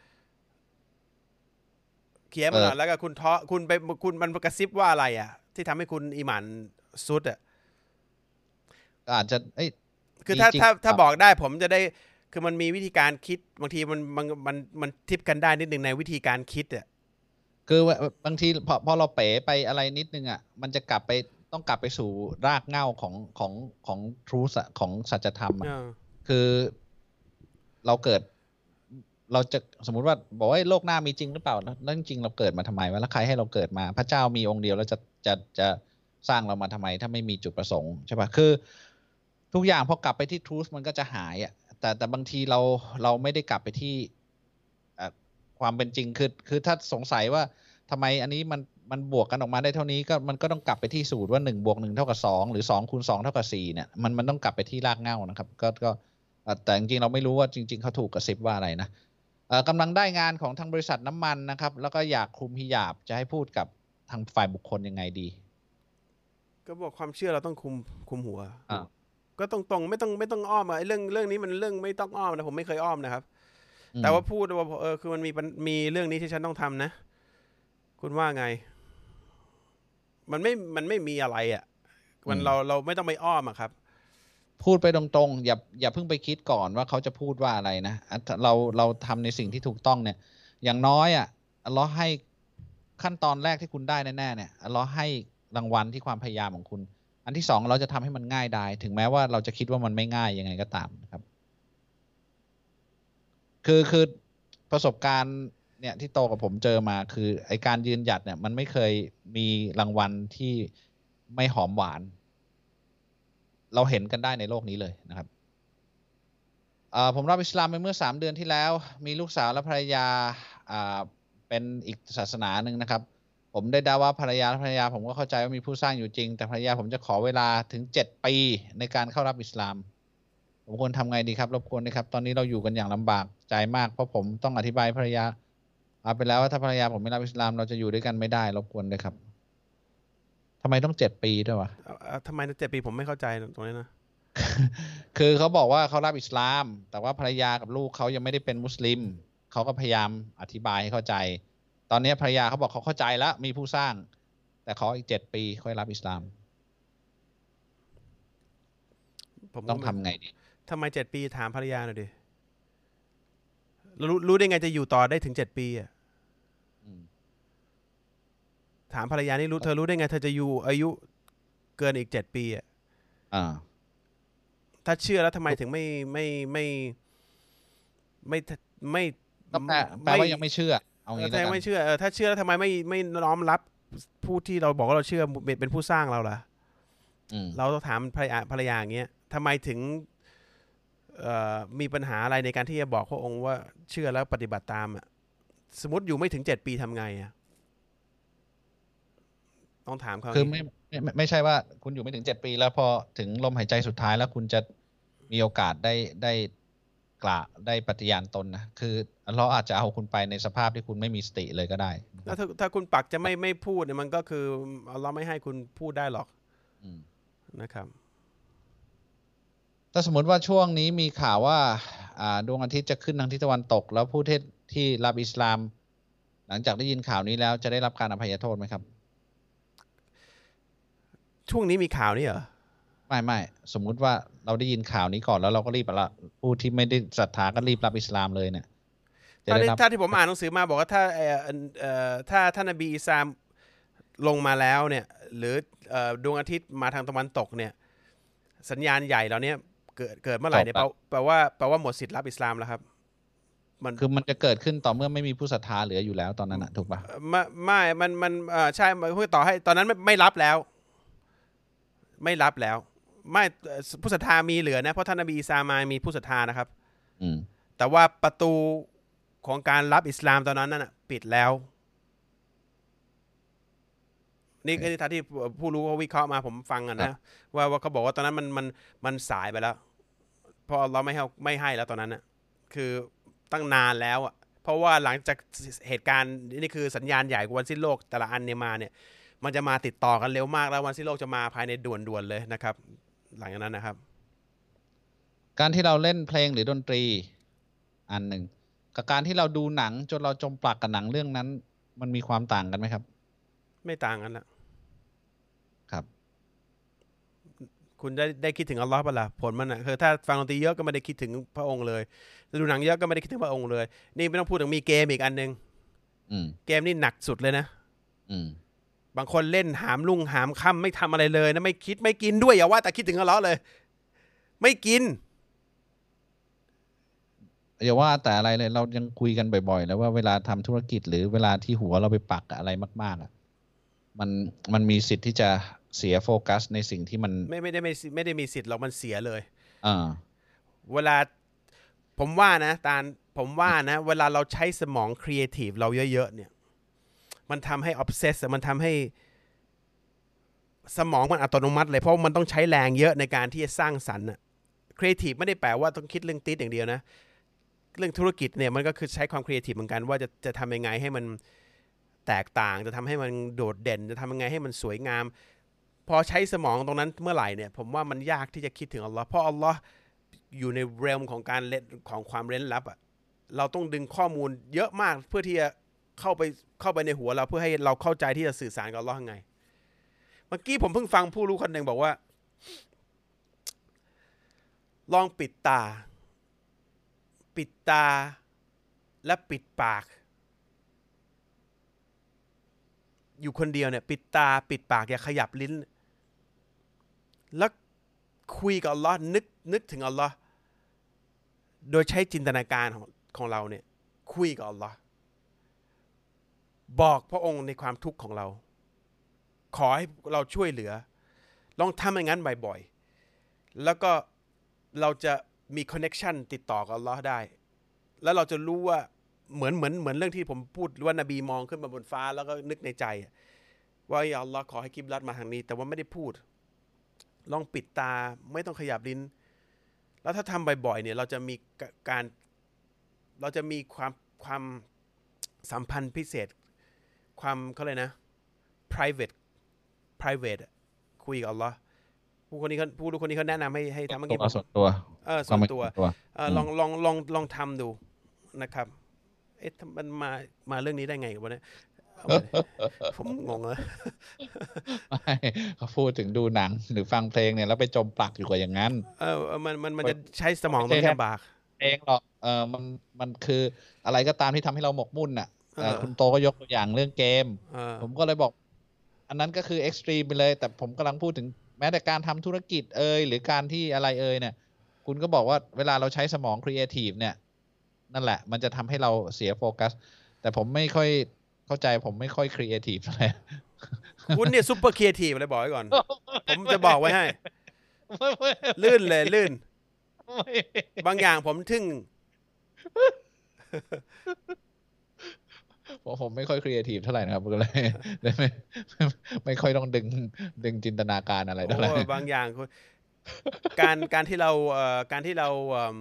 เขียนมาหน่อยแล้วก็คุณท้อคุณมันกระซิบว่าอะไรอ่ะที่ทำให้คุณอีหมันซุดอ่ะอาจจะคือถ้าบอกได้ผมจะได้คือมันมีวิธีการคิดบางทีมันทิปกันได้นิดนึงในวิธีการคิดอ่ะคือบางทีพอเราเป๋ไปอะไรนิดนึงอ่ะมันจะต้องกลับไปสู่รากเหง้าของทรูธของสัจธรรมคือเราเกิดเราจะสมมุติว่าบอกว่าโลกหน้ามีจริงหรือเปล่าแล้วจริงเราเกิดมาทำไมวะแล้วใครให้เราเกิดมาพระเจ้ามีองค์เดียวแล้วจะสร้างเรามาทำไมถ้าไม่มีจุดประสงค์ใช่ป่ะคือทุกอย่างพอกลับไปที่ทรูธมันก็จะหายอ่ะแต่บางทีเราไม่ได้กลับไปที่ความเป็นจริงคือถ้าสงสัยว่าทำไมอันนี้มันบวกกันออกมาได้เท่านี้ก็มันก็ต้องกลับไปที่สูตรว่า1 + 1 เท่ากับ 2หรือ2 × 2 เท่ากับ 4เนี่ยมันต้องกลับไปที่รากเหง้านะครับก็แต่จริงๆเราไม่รู้ว่าจริงๆเขาถูกกระซิบว่าอะไรนะกำลังได้งานของทางบริษัทน้ำมันนะครับแล้วก็อยากคลุมฮิญาบจะให้พูดกับทางฝ่ายบุคคลยังไงดีก็บอกความเชื่อเราต้องคุมหัวก็ตรงๆไม่ต้องอ้อมอะเรื่องนี้มันเรื่องไม่ต้องอ้อมนะผมไม่เคยอ้อมนะครับแต่ว่าพูดว่าคือมันมีเรื่องนี้ที่ฉันต้องทำนะคุณว่าไงมันไม่มีอะไรอ่ะเราไม่ต้องไปอ้อมอะครับพูดไปตรงๆอย่าเพิ่งไปคิดก่อนว่าเขาจะพูดว่าอะไรนะเราทำในสิ่งที่ถูกต้องเนี่ยอย่างน้อยอ่ะอัลเลาะห์ให้ขั้นตอนแรกที่คุณได้แน่ๆเนี่ยอัลเลาะห์ให้รางวัลที่ความพยายามของคุณอันที่2เราจะทำให้มันง่ายได้ถึงแม้ว่าเราจะคิดว่ามันไม่ง่ายยังไงก็ตามนะครับคือประสบการณ์เนี่ยที่โตกับผมเจอมาคือไอการยืนหยัดเนี่ยมันไม่เคยมีรางวัลที่ไม่หอมหวานเราเห็นกันได้ในโลกนี้เลยนะครับผมรับอิสลามไปเมื่อ3 เดือนที่แล้วมีลูกสาวและภรรยาเป็นอีกศาสนาหนึ่งนะครับผมได้ด่าว่าภรรยาผมก็เข้าใจว่ามีผู้สร้างอยู่จริงแต่ภรรยาผมจะขอเวลาถึง7 ปีในการเข้ารับอิสลามผมควรทำไงดีครับรบกวนนะครับตอนนี้เราอยู่กันอย่างลำบากใจมากเพราะผมต้องอธิบายภรรยาไปแล้วว่าถ้าภรรยาผมไม่รับอิสลามเราจะอยู่ด้วยกันไม่ได้รบกวนด้วยครับทำไมต้อง7 ปีด้วยวะทำไม7 ปีผมไม่เข้าใจตรงนี้นะคือเขาบอกว่าเขารับอิสลามแต่ว่าภรรยากับลูกเขายังไม่ได้เป็นมุสลิมเขาก็พยายามอธิบายให้เข้าใจตอนนี้ภรรยาเขาบอกเขาเข้าใจแล้วมีผู้สร้างแต่ขออีก7 ปีค่อยรับอิสลามผมต้องทำไงดีทำไม7 ปีถามภรรยาหน่อยดิรู้ได้ไงจะอยู่ต่อได้ถึง7 ปีอ่ะถามภรรยานี่เธอรู้ได้ไงเธอจะอยู่อายุเกินอีก7 ปีอ่ะถ้าเชื่อแล้วทำไมถึงไม่แปลว่ายังไม่เชื่อเอางี้แล้วไม่เชื่อถ้าเชื่อแล้วทำไมไม่น้อมรับผู้ที่เราบอกว่าเราเชื่อเป็นผู้สร้างเราล่ะเราต้องถามภรรยาอย่างเงี้ยทำไมถึงมีปัญหาอะไรในการที่จะบอกพระองค์ว่าเชื่อแล้วปฏิบัติตามอ่ะสมมติอยู่ไม่ถึง7 ปีทำไงอ่ะต้องถามเขาคือไม่ใช่ว่าคุณอยู่ไม่ถึง7 ปีแล้วพอถึงลมหายใจสุดท้ายแล้วคุณจะมีโอกาสได้ปฏิญาณตนนะคือเราอาจจะเอาคุณไปในสภาพที่คุณไม่มีสติเลยก็ได้แล้วถ้าคุณปักจะไม่พูดเนี่ยมันก็คือเราไม่ให้คุณพูดได้หรอกนะครับถ้าสมมติว่าช่วงนี้มีข่าวว่าดวงอาทิตย์จะขึ้นทางทิศตะวันตกแล้วผู้ที่รับอิสลามหลังจากได้ยินข่าวนี้แล้วจะได้รับการอภัยโทษไหมครับช่วงนี้มีข่าวนี้เหรอไม่สมมุติว่าเราได้ยินข่าวนี้ก่อนแล้วเราก็รีบละผู้ที่ไม่ได้ศรัทธาก็รีบรับอิสลามเลยเนี่ยถ้าที่ผมอ่านหนังสือมาบอกว่าถ้าท่านนบีอีสาลงมาแล้วเนี่ยหรือดวงอาทิตย์มาทางตะวันตกเนี่ยสัญญาณใหญ่เหล่านี้เกิดเมื่อไหร่เนี่ยแปลว่าหมดสิทธิ์รับอิสลามแล้วครับคือมันจะเกิดขึ้นต่อเมื่อไม่มีผู้ศรัทธาเหลืออยู่แล้วตอนนั้นถูกปะไม่มันใช่เพื่อต่อให้ตอนนั้นไม่รับแล้วไม่ผู้ศรัทธามีเหลือนะเพราะท่านนบีอีสามามีผู้ศรัทธานะครับแต่ว่าประตูของการรับอิสลามตอนนั้นน่ะปิดแล้วนี่ก็ที่ผู้รู้เขาวิเคราะห์มาผมฟังนะว่าเขาบอกว่าตอนนั้นมันสายไปแล้วเพราะเราไม่ให้แล้วตอนนั้นน่ะคือตั้งนานแล้วอ่ะเพราะว่าหลังจากเหตุการณ์นี่คือสัญญาณใหญ่กว่าวันสิ้นโลกแต่ละอันเนี่ยมาเนี่ยมันจะมาติดต่อกันเร็วมากแล้ววันสิ้นโลกจะมาภายในด่วนเลยนะครับหลังจากนั้นนะครับการที่เราเล่นเพลงหรือดนตรีอันหนึ่งกับการที่เราดูหนังจนเราจมปลักกับหนังเรื่องนั้นมันมีความต่างกันไหมครับไม่ต่างกันละครับคุณได้คิดถึงอัลลอฮ์ป่ะล่ะผลมันคือถ้าฟังดนตรีเยอะก็ไม่ได้คิดถึงพระองค์เลยดูหนังเยอะก็ไม่ได้คิดถึงพระองค์เลยนี่ไม่ต้องพูดถึงมีเกมอีกอันนึงเกมนี่หนักสุดเลยนะบางคนเล่นหามลุ่งหามค่ำไม่ทำอะไรเลยนะไม่คิดไม่กินด้วยอย่าว่าแต่คิดถึงอัลลอฮ์เลยไม่กินอย่าว่าแต่อะไรเลยเรายังคุยกันบ่อยๆแล้วว่าเวลาทำธุรกิจหรือเวลาที่หัวเราไปปักอะไรมากๆมันมีสิทธิ์ที่จะเสียโฟกัสในสิ่งที่มันไม่ได้มีสิทธิ์หรอกมันเสียเลยเวลาผมว่านะเวลาเราใช้สมองครีเอทีฟเราเยอะๆเนี่ยมันทำให้ออฟเซสมันทำให้สมองมันอัตโนมัติเลยเพราะมันต้องใช้แรงเยอะในการที่จะสร้างสรรค์อะครีเอทีฟไม่ได้แปลว่าต้องคิดเรื่องติดอย่างเดียวนะเรื่องธุรกิจเนี่ยมันก็คือใช้ความครีเอทีฟเหมือนกันว่าจะทำยังไงให้มันแตกต่างจะทำให้มันโดดเด่นจะทำยังไงให้มันสวยงามพอใช้สมองตรงนั้นเมื่อไหร่เนี่ยผมว่ามันยากที่จะคิดถึงอัลลอฮ์เพราะอัลลอฮ์อยู่ในเรมของการเล่นของความเร้นลับอ่ะเราต้องดึงข้อมูลเยอะมากเพื่อที่จะเข้าไปในหัวเราเพื่อให้เราเข้าใจที่จะสื่อสารกับอัลลอฮ์ยังไงเมื่อกี้ผมเพิ่งฟังผู้รู้คนหนึ่งบอกว่าลองปิดตาและปิดปากอยู่คนเดียวเนี่ยปิดตาปิดปากอย่าขยับลิ้นแล้วคุยกับอัลลอฮ์นึกถึงอัลลอฮ์โดยใช้จินตนาการของเราเนี่ยคุยกับอัลลอฮ์บอกพระองค์ในความทุกข์ของเราขอให้เราช่วยเหลือลองทำอย่างนั้นบ่อยๆแล้วก็เราจะมีคอนเนคชั่นติดต่อกับอัลลอฮ์ได้แล้วเราจะรู้ว่าเหมือนเรื่องที่ผมพูดว่านบีมองขึ้นมาบนฟ้าแล้วก็นึกในใจว่าอัลลอฮ์ขอให้กิบลัตมาทางนี้แต่ว่าไม่ได้พูดลองปิดตาไม่ต้องขยับลิ้นแล้วถ้าทำบ่อยๆเนี่ยเราจะมีความสัมพันธ์พิเศษความเขาเลยนะ private คุยกับอัลลอฮ์ผู้รู้คนนี้เขาแนะนำให้ทำเมื่อกี้ส่วนตัวส่วนตัวลองทำดูนะครับมันมาเรื่องนี้ได้ไงวะเนี่ยผมงงเลยไม่เขาพูดถึงดูหนังหรือฟังเพลงเนี่ยแล้วไปจมปลักอยู่กับอย่างนั้นมันจะใช้สมองตรงนี้ลำบากเองหรอกมันคืออะไรก็ตามที่ทำให้เราหมกมุ่นน่ะคุณโตก็ยกตัวอย่างเรื่องเกมผมก็เลยบอกอันนั้นก็คือเอ็กซ์ตรีมไปเลยแต่ผมกำลังพูดถึงแม้แต่การทำธุรกิจหรือการที่อะไรเนี่ยคุณก็บอกว่าเวลาเราใช้สมองครีเอทีฟเนี่ยนั่นแหละมันจะทำให้เราเสียโฟกัสแต่ผมไม่ค่อยเข้าใจผมไม่ค่อยครีเอทีฟอะไรคุณเนี่ยซุปเปอร์ครีเอทีฟอะไรบอกไว้ก่อนผมจะบอกไว้ให้ลื่นเลยลื่นบางอย่างผมทึ่งผมไม่ค่อยครีเอทีฟเท่าไหร่นะครับก็เลยไม่ค่อยต้องดึงจินตนาการอะไรเท่าไหร่บางอย่างการที่เรา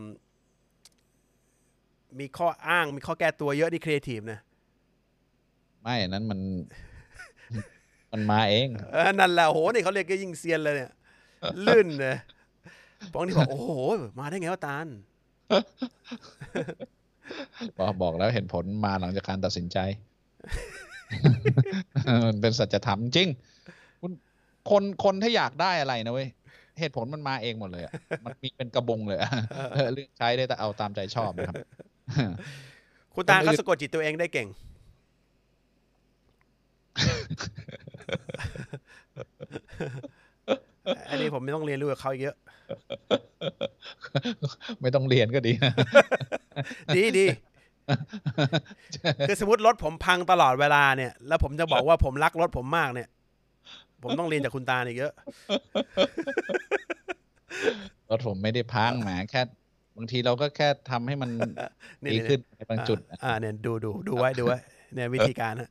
มีข้ออ้างมีข้อแก้ตัวเยอะนี่ครีเอทีฟนะไม่นั้นมันมาเองนั่นแหละโหนี่เขาเรียกยิ่งเซียนเลยเนี่ยลื่นเลยบางทีบอกโอ้โหมาได้ไงวะตาลบอกแล้วเห็นผลมาหลังจากการตัดสินใจมันเป็นสัจธรรมจริงคนถ้าอยากได้อะไรนะเว้ยเหตุผลมันมาเองหมดเลยมันมีเป็นกระบงเลยเลือกใช้ได้แต่เอาตามใจชอบนะครับคุณตาเขาสะกดจิตตัวเองได้เก่งอันนี้ผมไม่ต้องเรียนรู้กับเขาเยอะไม่ต้องเรียนก็ดีนะดีคือสมมติรถผมพังตลอดเวลาเนี่ยแล้วผมจะบอกว่าผมรักรถผมมากเนี่ยผมต้องเรียนจากคุณตาอีกเยอะรถผมไม่ได้พังแหมแค่บางทีเราก็แค่ทำให้มันดีขึ้นในบางจุดเนี่ยดูไว้เนี่ยวิธีการนะ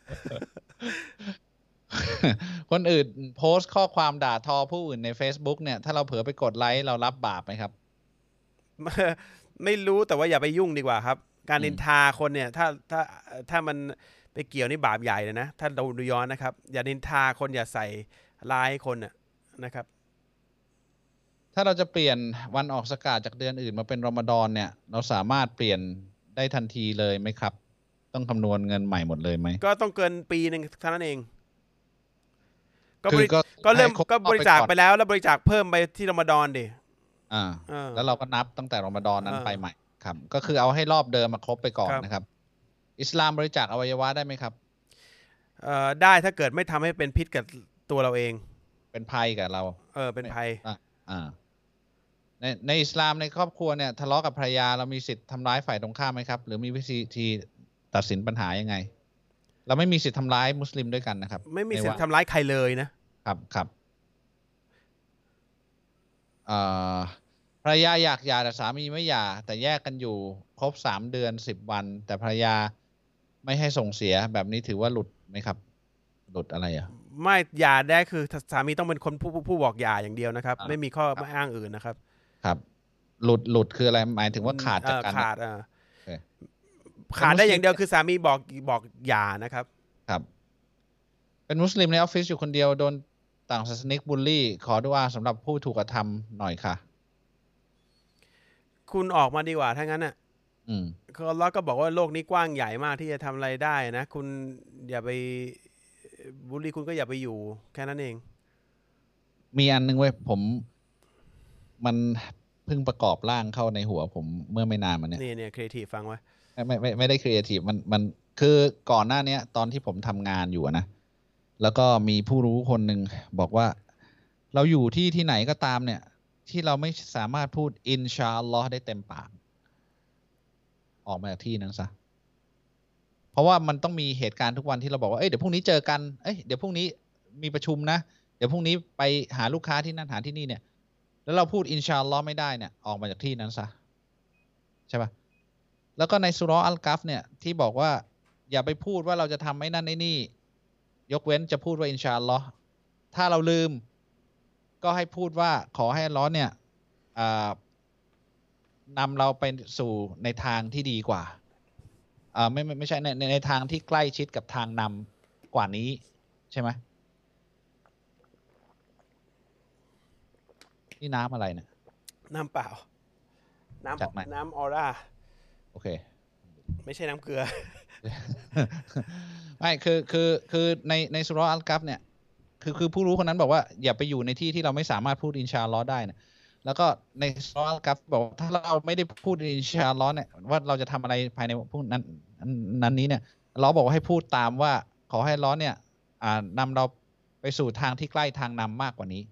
คนอื่นโพสต์ข้อความด่าทอผู้อื่นใน Facebook เนี่ยถ้าเราเผลอไปกดไลค์เรารับบาปไหมครับไม่รู้แต่ว่าอย่าไปยุ่งดีกว่าครับการนินทาคนเนี่ยถ้ามันไปเกี่ยวนี่บาปใหญ่เลยนะถ้าเราดูย้อนนะครับอย่านินทาคนอย่าใส่ร้ายคนนะครับถ้าเราจะเปลี่ยนวันออกสกาดจากเดือนอื่นมาเป็นรอมฎอนเนี่ยเราสามารถเปลี่ยนได้ทันทีเลยไหมครับต้องคำนวณเงินใหม่หมดเลยไหมก็ต้องเกินปีนึงเท่านั้นเองก็เริ่มก็บริจาคไปแล้วบริจาคเพิ่มไปที่รอมฎอนดิแล้วเราก็นับตั้งแต่รอมฎอนนั้นไปใหม่ครับก็คือเอาให้รอบเดิมมาครบไปก่อนนะครับอิสลามบริจาคอวัยวะได้ไหมครับได้ถ้าเกิดไม่ทำให้เป็นพิษกับตัวเราเองเป็นภัยกับเราเป็นภัยในอิสลามในครอบครัวเนี่ยทะเลาะกับภรรยาเรามีสิทธิ์ทำร้ายฝ่ายตรงข้ามไหมครับหรือมีวิธีตัดสินปัญหายังไงเราไม่มีสิทธิ์ทำร้ายมุสลิมด้วยกันนะครับไม่มีสิทธิ์ทำร้ายใครเลยนะครับภรรยาอยากหย่าแต่สามีไม่หย่าแต่แยกกันอยู่ครบ3 เดือน10 วันแต่ภรรยาไม่ให้ส่งเสียแบบนี้ถือว่าหลุดไหมครับหลุดอะไรไม่หย่าได้คือสามีต้องเป็นคนผู้บอกหย่าอย่างเดียวนะครับไม่มีข้ออ้างอื่นนะครับครับหลุดคืออะไรหมายถึงว่าขาดจากกันขาดได้อย่างเดียวคือสามีบอกหย่านะครับครับเป็นมุสลิมในออฟฟิศอยู่คนเดียวโดนต่างศาสนิกบูลลี่ขอดุอาสำหรับผู้ถูกกระทำหน่อยค่ะคุณออกมาดีกว่าถ้างั้นคืออัลเลาะห์ก็บอกว่าโลกนี้กว้างใหญ่มากที่จะทำอะไรได้นะคุณอย่าไปบูลลี่คุณก็อย่าไปอยู่แค่นั้นเองมีอันนึงเว้ยมันเพิ่งประกอบร่างเข้าในหัวผมเมื่อไม่นานมาเนี่ยครีเอทีฟฟังไว้ไม่ได้ครีเอทีฟมันคือก่อนหน้านี้ตอนที่ผมทำงานอยู่นะแล้วก็มีผู้รู้คนหนึ่งบอกว่าเราอยู่ที่ไหนก็ตามเนี่ยที่เราไม่สามารถพูดอินชาอัลลอฮ์ได้เต็มปากออกมาจากที่นั้นซะเพราะว่ามันต้องมีเหตุการณ์ทุกวันที่เราบอกว่าเดี๋ยวพรุ่งนี้เจอกันเดี๋ยวพรุ่งนี้มีประชุมนะเดี๋ยวพรุ่งนี้ไปหาลูกค้าที่นั่นหาที่นี่เนี่ยแล้วเราพูดอินชาอัลลอฮ์ไม่ได้เนี่ยออกมาจากที่นั้นซะใช่ป่ะแล้วก็ในซูเราะห์อัลกัฟเนี่ยที่บอกว่าอย่าไปพูดว่าเราจะทำไอ้นั่นไอ้นี่ยกเว้นจะพูดว่าอินชาอัลลอฮ์ถ้าเราลืมก็ให้พูดว่าขอให้อัลเลาะห์เนี่ยนำเราไปสู่ในทางที่ดีกว่าไม่ใช่ในทางที่ใกล้ชิดกับทางนำกว่านี้ใช่ไหมนี่น้ำอะไรเนี่ยน้ำเปล่าน้ำออร่าโอเคไม่ใช่น้ำเกลือไม่คือในซูเราะห์อัลกัฟเนี่ยคือผู้รู้คนนั้นบอกว่าอย่าไปอยู่ในที่ที่เราไม่สามารถพูดอินชาอัลลอฮ์ได้นะแล้วก็ในซูเราะห์อัลกัฟบอกถ้าเราไม่ได้พูดอินชาอัลลอฮ์เนี่ยว่าเราจะทำอะไรภายในพวกนั้นนี้เนี่ยเราบอกว่าให้พูดตามว่าขอให้อัลเลาะห์เนี่ยนำเราไปสู่ทางที่ใกล้ทางนำมากกว่านี้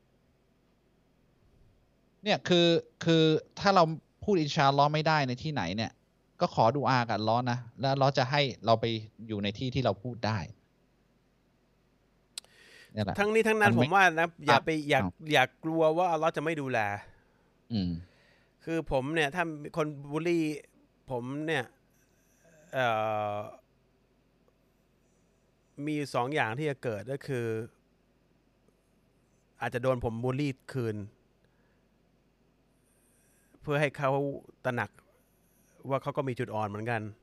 เนี่ยคือถ้าเราพูดอินชาอัลลอฮ์ไม่ได้ในที่ไหนเนี่ยก็ขอดุอากับอัลเลาะห์นะแล้วอัลเลาะห์จะให้เราไปอยู่ในที่ที่เราพูดได้ทั้งนี้ทั้งนั้นผมว่านะอย่ากลัวว่าอัลเลาะห์จะไม่ดูแลคือผมเนี่ยถ้าคนบูลลี่ผมเนี่ยมี2 อย่างที่จะเกิดก็คืออาจจะโดนผมบูลลี่คืนเพื่อให้เขาตระหนักว่าเขาก็มีจุดอ่อนเหมือนกัน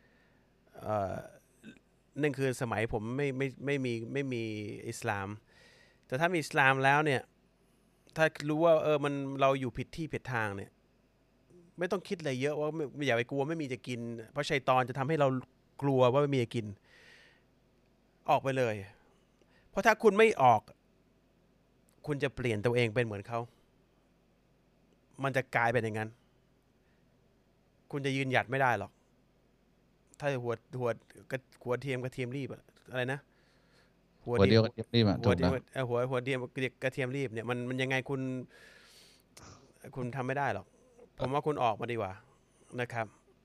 นั่นคือสมัยผมไม่มีอิสลามแต่ถ้ามีอิสลามแล้วเนี่ยถ้ารู้ว่ามันเราอยู่ผิดที่ผิดทางเนี่ยไม่ต้องคิดอะไรเยอะว่าอย่าไปกลัวไม่มีจะกินเพราะชัยฏอนจะทำให้เรากลัวว่าไม่มีจะกินออกไปเลยเพราะถ้าคุณไม่ออกคุณจะเปลี่ยนตัวเองเป็นเหมือนเขามันจะกลายเป็นอย่างนั้นคุณจะยืนหยัดไม่ได้หรอกถ้าหัวเทียมกระเทียมรีบอะไรนะหัวเดียวกระเทียมรีบหัวเทียมกระเทียมรีบเนี่ยมันยังไงคุณคุณทำไม่ได้หรอกผมว่าคุณออกมาดีกว่านะครับ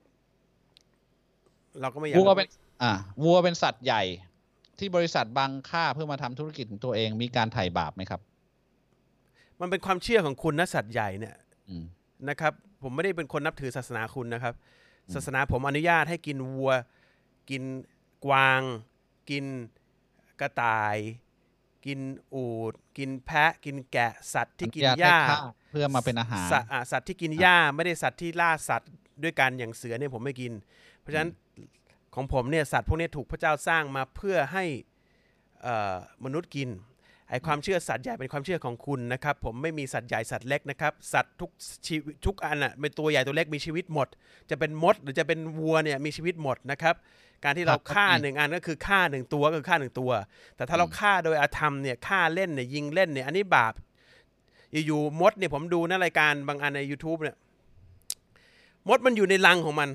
เราก็ไม่อยากวัวเป็นสัตว์ใหญ่ที่บริษัทบังค่าเพื่อมาทำธุรกิจของตัวเองมีการไถ่บาปไหมครับมันเป็นความเชื่อของคุณนะสัตว์ใหญ่เนี่ยนะครับผมไม่ได้เป็นคนนับถือศาสนาคุณนะครับศาสนาผมอนุญาตให้กินวัวกินกวางกินกระต่ายกินอูฐกินแพะกินแกะสัตว์ที่กินหญ้าเพื่อมาเป็นอาหารสัตว์ที่กินหญ้าไม่ได้สัตว์ที่ล่าสัตว์ด้วยกันอย่างเสือเนี่ยผมไม่กินเพราะฉะนั้นของผมเนี่ยสัตว์พวกนี้ถูกพระเจ้าสร้างมาเพื่อให้มนุษย์กินไอ้ความเชื่อสัตว์ใหญ่เป็นความเชื่อของคุณนะครับผมไม่มีสัตว์ใหญ่สัตว์เล็กนะครับสัตว์ทุกอันอ่ะเป็นตัวใหญ่ตัวเล็กมีชีวิตหมดจะเป็นมดหรือจะเป็นวัวเนี่ยมีชีวิตหมดนะครับการที่เราฆ่าหนึ่งอันก็คือฆ่าหนึ่งตัวก็คือฆ่าหนึ่งตัวแต่ถ้าเราฆ่าโดยอาธรรมเนี่ยฆ่าเล่นเนี่ยยิงเล่นเนี่ยอันนี้บาปอยู่มดเนี่ยผมดูนะรายการบางอันใน YouTube เนี่ยมดมันอยู่ในรังของมัน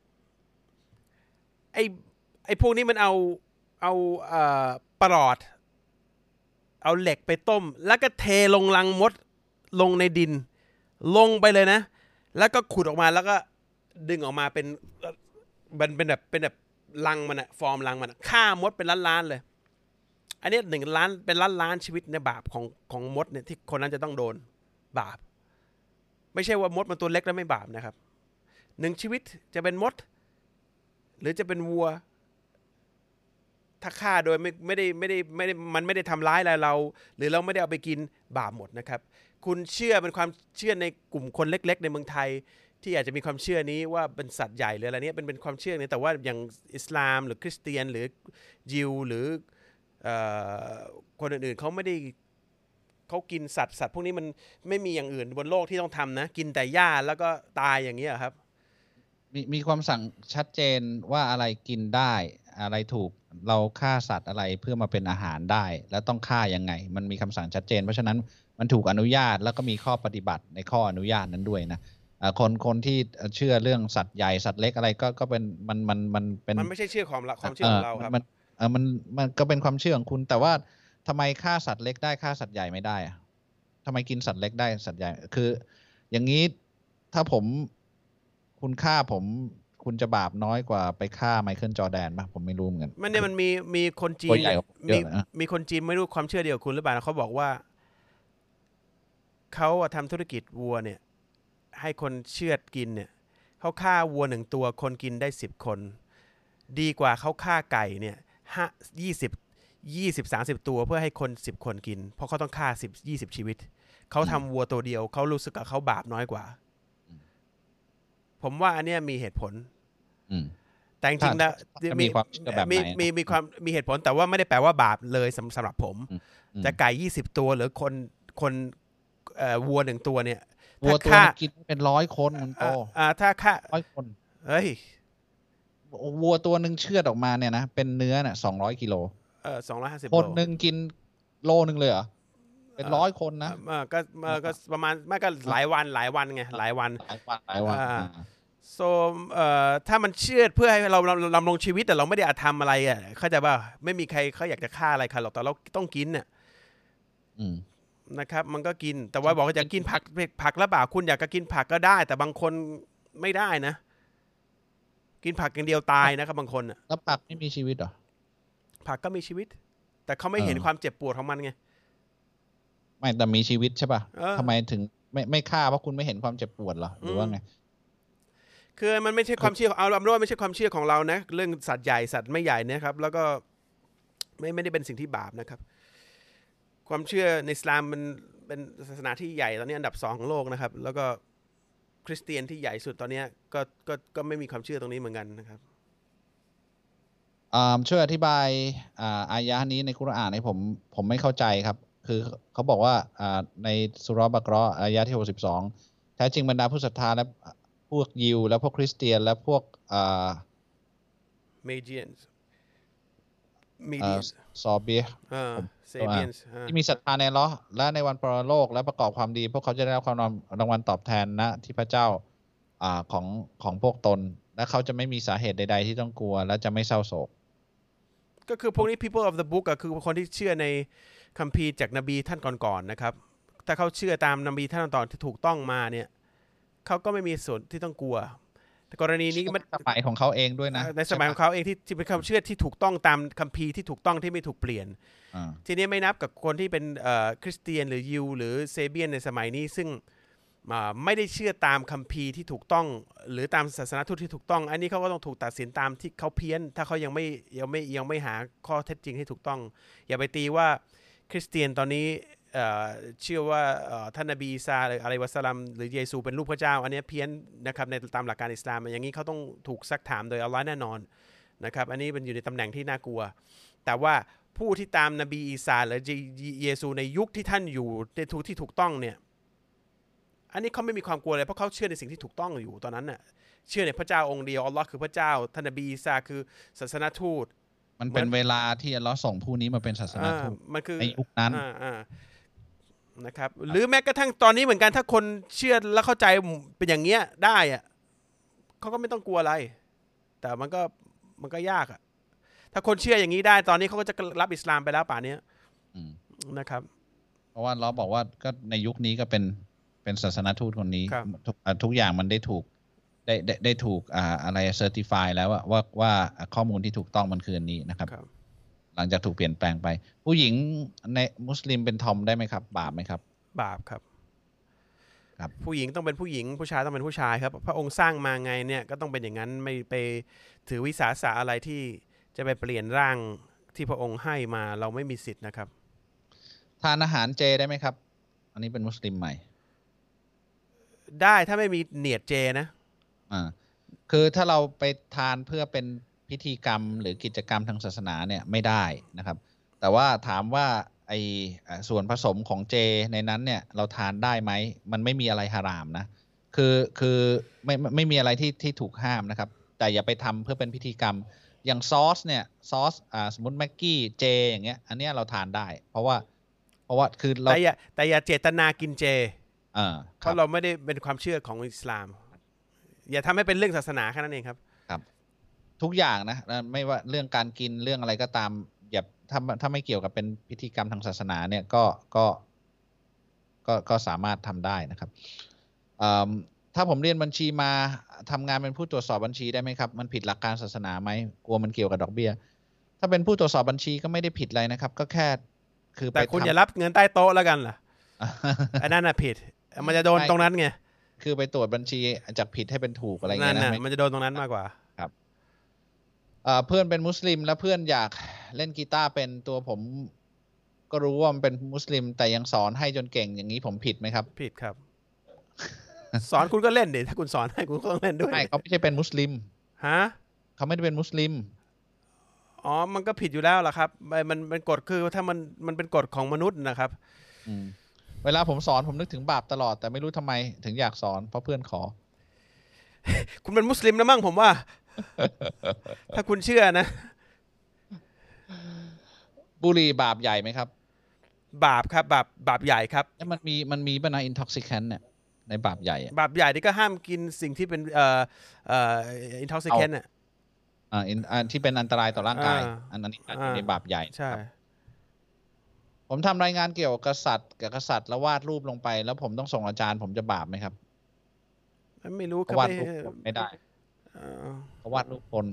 ไอ้พวกนี้มันเอาปลอดเอาเหล็กไปต้มแล้วก็เทลงรังมดลงในดินลงไปเลยนะแล้วก็ขุดออกมาแล้วก็ดึงออกมาเป็นแบบรังมันอะฟอร์มรังมันฆ่ามดเป็นล้านๆเลยอันนี้1 ล้านเป็นล้านชีวิตในบาปของมดเนี่ยที่คนนั้นจะต้องโดนบาปไม่ใช่ว่ามดมันตัวเล็กแล้วไม่บาปนะครับ1ชีวิตจะเป็นมดหรือจะเป็นวัวถ้าฆ่าโดยไม่ได้มันไม่ได้ทำร้ายอะไรเราหรือเราไม่ได้เอาไปกินบาปหมดนะครับคุณเชื่อเป็นความเชื่อในกลุ่มคนเล็กๆในเมืองไทยที่อาจจะมีความเชื่อนี้ว่าเป็นสัตว์ใหญ่หรืออะไรเนี้ยเป็นความเชื่อนี้แต่ว่าอย่างอิสลามหรือคริสเตียนหรือยิวหรือคนอื่นๆเขาไม่ได้เขากินสัตว์พวกนี้มันไม่มีอย่างอื่นบนโลกที่ต้องทำนะกินแต่หญ้าแล้วก็ตายอย่างนี้ครับมีความสั่งชัดเจนว่าอะไรกินได้อะไรถูกเราฆ่าสัตว์อะไรเพื่อมาเป็นอาหารได้แล้วต้องฆ่ายังไงมันมีคำสั่งชัดเจนเพราะฉะนั้นมันถูกอนุญาตแล้วก็มีข้อปฏิบัติในข้ออนุญาตนั้นด้วยนะคนที่เชื่อเรื่องสัตว์ใหญ่สัตว์เล็กอะไรก็เป็นมันเป็นมันไม่ใช่เชื่อความเชื่อของเราครับมันก็เป็นความเชื่อของคุณแต่ว่าทำไมฆ่าสัตว์เล็กได้ฆ่าสัตว์ใหญ่ไม่ได้อะทำไมกินสัตว์เล็กได้สัตว์ใหญ่คืออย่างนี้ถ้าคุณฆ่าผมคุณจะบาปน้อยกว่าไปฆ่าไมเคิลจอร์แดนป่ะผมไม่รู้เหมือนกันมันมีคนจีนมีคนจีนไม่รู้ความเชื่อเดียวกับคุณหรือเปล่าเขาบอกว่าเขาทำธุรกิจวัวเนี่ยให้คนเชือดกินเนี่ยเขาฆ่าวัว1ตัวคนกินได้10คนดีกว่าเขาฆ่าไก่เนี่ย20-30 ตัวเพื่อให้คน10คนกินเพราะเขาต้องฆ่า10-20ชีวิตเขาทำวัวตัวเดียวเขารู้สึกว่าเขาบาปน้อยกว่าผมว่าอันเนี้ยมีเหตุผลแต่จริงๆแล้วมีเหตุผลแต่ว่าไม่ได้แปลว่าบาปเลยสำหรับผมจะไก่20ตัวหรือคนวัว1ตัวเนี่ยวัวตัวกินเป็น100คนมันโตถ้าฆ่า 100คนเฮ้ยวัวตัวนึงเชือดออกมาเนี่ยนะเป็นเนื้อน่ะ200กิโล 250 คนนึงกินโลนึงเลยเหรอเป็น100คนนะก็ประมาณไม่ก็หลายวันไงหลายวันถ้ามันเชื่อเพื่อให้เราดำรงชีวิตแต่เราไม่ได้ทำอะไรอ่ะเข้าใจป่ะไม่มีใครเขาอยากจะฆ่าอะไรใครหรอกแต่เราต้องกินเนี่ยนะครับมันก็กินแต่ว่าบอกว่าจะกินผักแล้วเปล่าคุณอยากจะกินผักก็ได้แต่บางคนไม่ได้นะกินผักอย่างเดียวตายนะครับบางคนแล้วผักไม่มีชีวิตหรอผักก็มีชีวิตแต่เขาไม่เห็นความเจ็บปวดของมันไงไม่แต่มีชีวิตใช่ป่ะทำไมถึงไม่ฆ่าเพราะคุณไม่เห็นความเจ็บปวดหรอหรือว่าไงคือมันไม่ใช่ความเชื่อเอาเป็นว่าไม่ใช่ความเชื่อของเรานะเรื่องสัตว์ใหญ่สัตว์ไม่ใหญ่นะครับแล้วก็ไม่ได้เป็นสิ่งที่บาปนะครับความเชื่อในอิสลามมันเป็นศาสนาที่ใหญ่ตอนนี้อันดับ2ของโลกนะครับแล้วก็คริสเตียนที่ใหญ่สุดตอนนี้ก็ไม่มีความเชื่อตรงนี้เหมือนกันนะครับช่วยอธิบายอายะห์นี้ในกุรอานให้ผมไม่เข้าใจครับคือเขาบอกว่าในซูเราะห์บักเราะห์อายะห์ที่62แท้จริงบรรดาผู้ศรัทธาและพวกยิวและพวกคริสเตียนและพวกเมเจียนซอเบียที่มีศรัทธาในอัลเลาะห์และในวันปรโลกและประกอบความดีพวกเขาจะได้รับความรางวัลตอบแทนนะที่พระเจ้าของพวกตนและเขาจะไม่มีสาเหตุใดๆที่ต้องกลัวและจะไม่เศร้าโศกก็คือพวกนี้ people of the book ก็คือคนที่เชื่อในคัมภีร์จากนบีท่านก่อนๆนะครับถ้าเขาเชื่อตามนบีท่านต่อที่ถูกต้องมาเนี่ยเขาก็ไม่มีส่วนที่ต้องกลัวแต่กรณีนี้มันสมัยของเขาเองด้วยนะในสมัยของเขาเองที่เป็นความเชื่อที่ถูกต้องตามคัมภีร์ที่ถูกต้องที่ไม่ถูกเปลี่ยนทีนี้ไม่นับกับคนที่เป็นคริสเตียนหรือยิวหรือเซเบียนในสมัยนี้ซึ่งไม่ได้เชื่อตามคัมภีร์ที่ถูกต้องหรือตามศาสนาทูตที่ถูกต้องอันนี้เขาก็ต้องถูกตัดสินตามที่เขาเพี้ยนถ้าเขายังไม่หาข้อเท็จจริงให้ถูกต้องอย่าไปตีว่าคริสเตียนตอนนี้เชื่อว่าท่านนบีอีสาหรืออะลัยวะสลัมหรือเยซูเป็นลูกพระเจ้าอันนี้เพี้ยนนะครับในตามหลักการอิสลามอย่างนี้เขาต้องถูกซักถามโดยอัลเลาะห์แน่นอนนะครับอันนี้มันอยู่ในตำแหน่งที่น่ากลัวแต่ว่าผู้ที่ตามนบีอีสาหรือเยซูในยุคที่ท่านอยู่ในที่ถูกต้องเนี่ยอันนี้เขาไม่มีความกลัวเลยเพราะเขาเชื่อในสิ่งที่ถูกต้องอยู่ตอนนั้นน่ะเชื่อในพระเจ้าองค์เดียวอัลเลาะห์คือพระเจ้าท่านนบีอีสาคือศาสนทูตมันเป็นเวลาที่อัลเลาะห์ส่งผู้นี้มาเป็นศาสนทูตในยุคนั้นนะครับหรือแม้กระทั่งตอนนี้เหมือนกันถ้าคนเชื่อและเข้าใจเป็นอย่างเงี้ยได้อะเขาก็ไม่ต้องกลัวอะไรแต่มันก็ยากอะถ้าคนเชื่ออย่างนี้ได้ตอนนี้เขาก็จะรับอิสลามไปแล้วป่านนี้นะครับเพราะว่าเราบอกว่าก็ในยุคนี้ก็เป็นศาสนทูตคนนี้ทุกอย่างมันได้ถูกได้ถูกอะไรเซอร์ติฟายแล้วว่าข้อมูลที่ถูกต้องมันคืออันนี้นะครับหลังจากถูกเปลี่ยนแปลงไปผู้หญิงในมุสลิมเป็นทอมได้ไหมครับบาปไหมครับบาปครับผู้หญิงต้องเป็นผู้หญิงผู้ชายต้องเป็นผู้ชายครับพระองค์สร้างมาไงเนี่ยก็ต้องเป็นอย่างนั้นไม่ไปถือวิสาสะอะไรที่จะไปเปลี่ยนร่างที่พระองค์ให้มาเราไม่มีสิทธิ์นะครับทานอาหารเจได้ไหมครับอันนี้เป็นมุสลิมใหม่ได้ถ้าไม่มีเนียดเจนะคือถ้าเราไปทานเพื่อเป็นพิธีกรรมหรือกิจกรรมทางศาสนาเนี่ยไม่ได้นะครับแต่ว่าถามว่าไอ้ส่วนผสมของเจในนั้นเนี่ยเราทานได้ไหมมันไม่มีอะไรฮารามนะคือไม่มีอะไรที่ถูกห้ามนะครับแต่อย่าไปทำเพื่อเป็นพิธีกรรมอย่างซอสเนี่ยสมมติแม็กกี้เจอย่างเงี้ยอันเนี้ยเราทานได้เพราะว่าคือเราแต่อย่าเจตนากินเจเพราะเราไม่ได้เป็นความเชื่อของอิสลามอย่าทำให้เป็นเรื่องศาสนาแค่นั้นเองครับทุกอย่างนะไม่ว่าเรื่องการกินเรื่องอะไรก็ตามอย่าถ้าไม่เกี่ยวกับเป็นพิธีกรรมทางศาสนาเนี่ยก็สามารถทำได้นะครับถ้าผมเรียนบัญชีมาทำงานเป็นผู้ตรวจสอบบัญชีได้ไหมครับมันผิดหลักการศาสนาไหมกลัวมันเกี่ยวกับดอกเบี้ยถ้าเป็นผู้ตรวจสอบบัญชีก็ไม่ได้ผิดอะไรนะครับก็แค่คือแต่คุณอย่ารับเงินใต้โต๊ะแล้วกันล่ะอันนั้นน่ะผิดมันจะโดนตรงนั้นไงคือไปตรวจบัญชีจากผิดให้เป็นถูกอะไรเงี้ยนะมันจะโดนตรงนั้นมากกว่าครับเพื่อนเป็นมุสลิมแล้วเพื่อนอยากเล่นกีตาร์เป็นตัวผมก็รู้ว่ามันเป็นมุสลิมแต่ยังสอนให้จนเก่งอย่างนี้ผมผิดไหมครับผิดครับ สอนคุณก็เล่นดิถ้าคุณสอนให้คุณก็ต้องเล่นด้วยไม่เขาไม่ใช่เป็นมุสลิมฮะเขาไม่ได้เป็นมุสลิมมันก็ผิดอยู่แล้วล่ะครับมันเป็นกฎคือถ้ามันเป็นกฎของมนุษย์นะครับเวลาผมสอนผมนึกถึงบาปตลอดแต่ไม่รู้ทำไมถึงอยากสอนเพราะเพื่อนขอคุณเป็นมุสลิมแล้วมั้งผมว่า ถ้าคุณเชื่อนะบุหรี่บาปใหญ่ไหมครับบาปครับบาปใหญ่ครับแล้วมันมีปัญหาอินท็อกซิแคนต์เนี่ยในบาปใหญ่บาปใหญ่ที่ก็ห้ามกินสิ่งที่เป็นอินท็อกซิแคนต์ที่เป็นอันตรายต่อร่างกายอันนี้ในบาปใหญ่ใช่ผมทำรายงานเกี่ยวกับกษัตริย์แล้ววาดรูปลงไปแล้วผมต้องส่งอาจารย์ผมจะบาปไหมครับไม่รู้วาดรูปไม่ได้เขาวาดรูปคน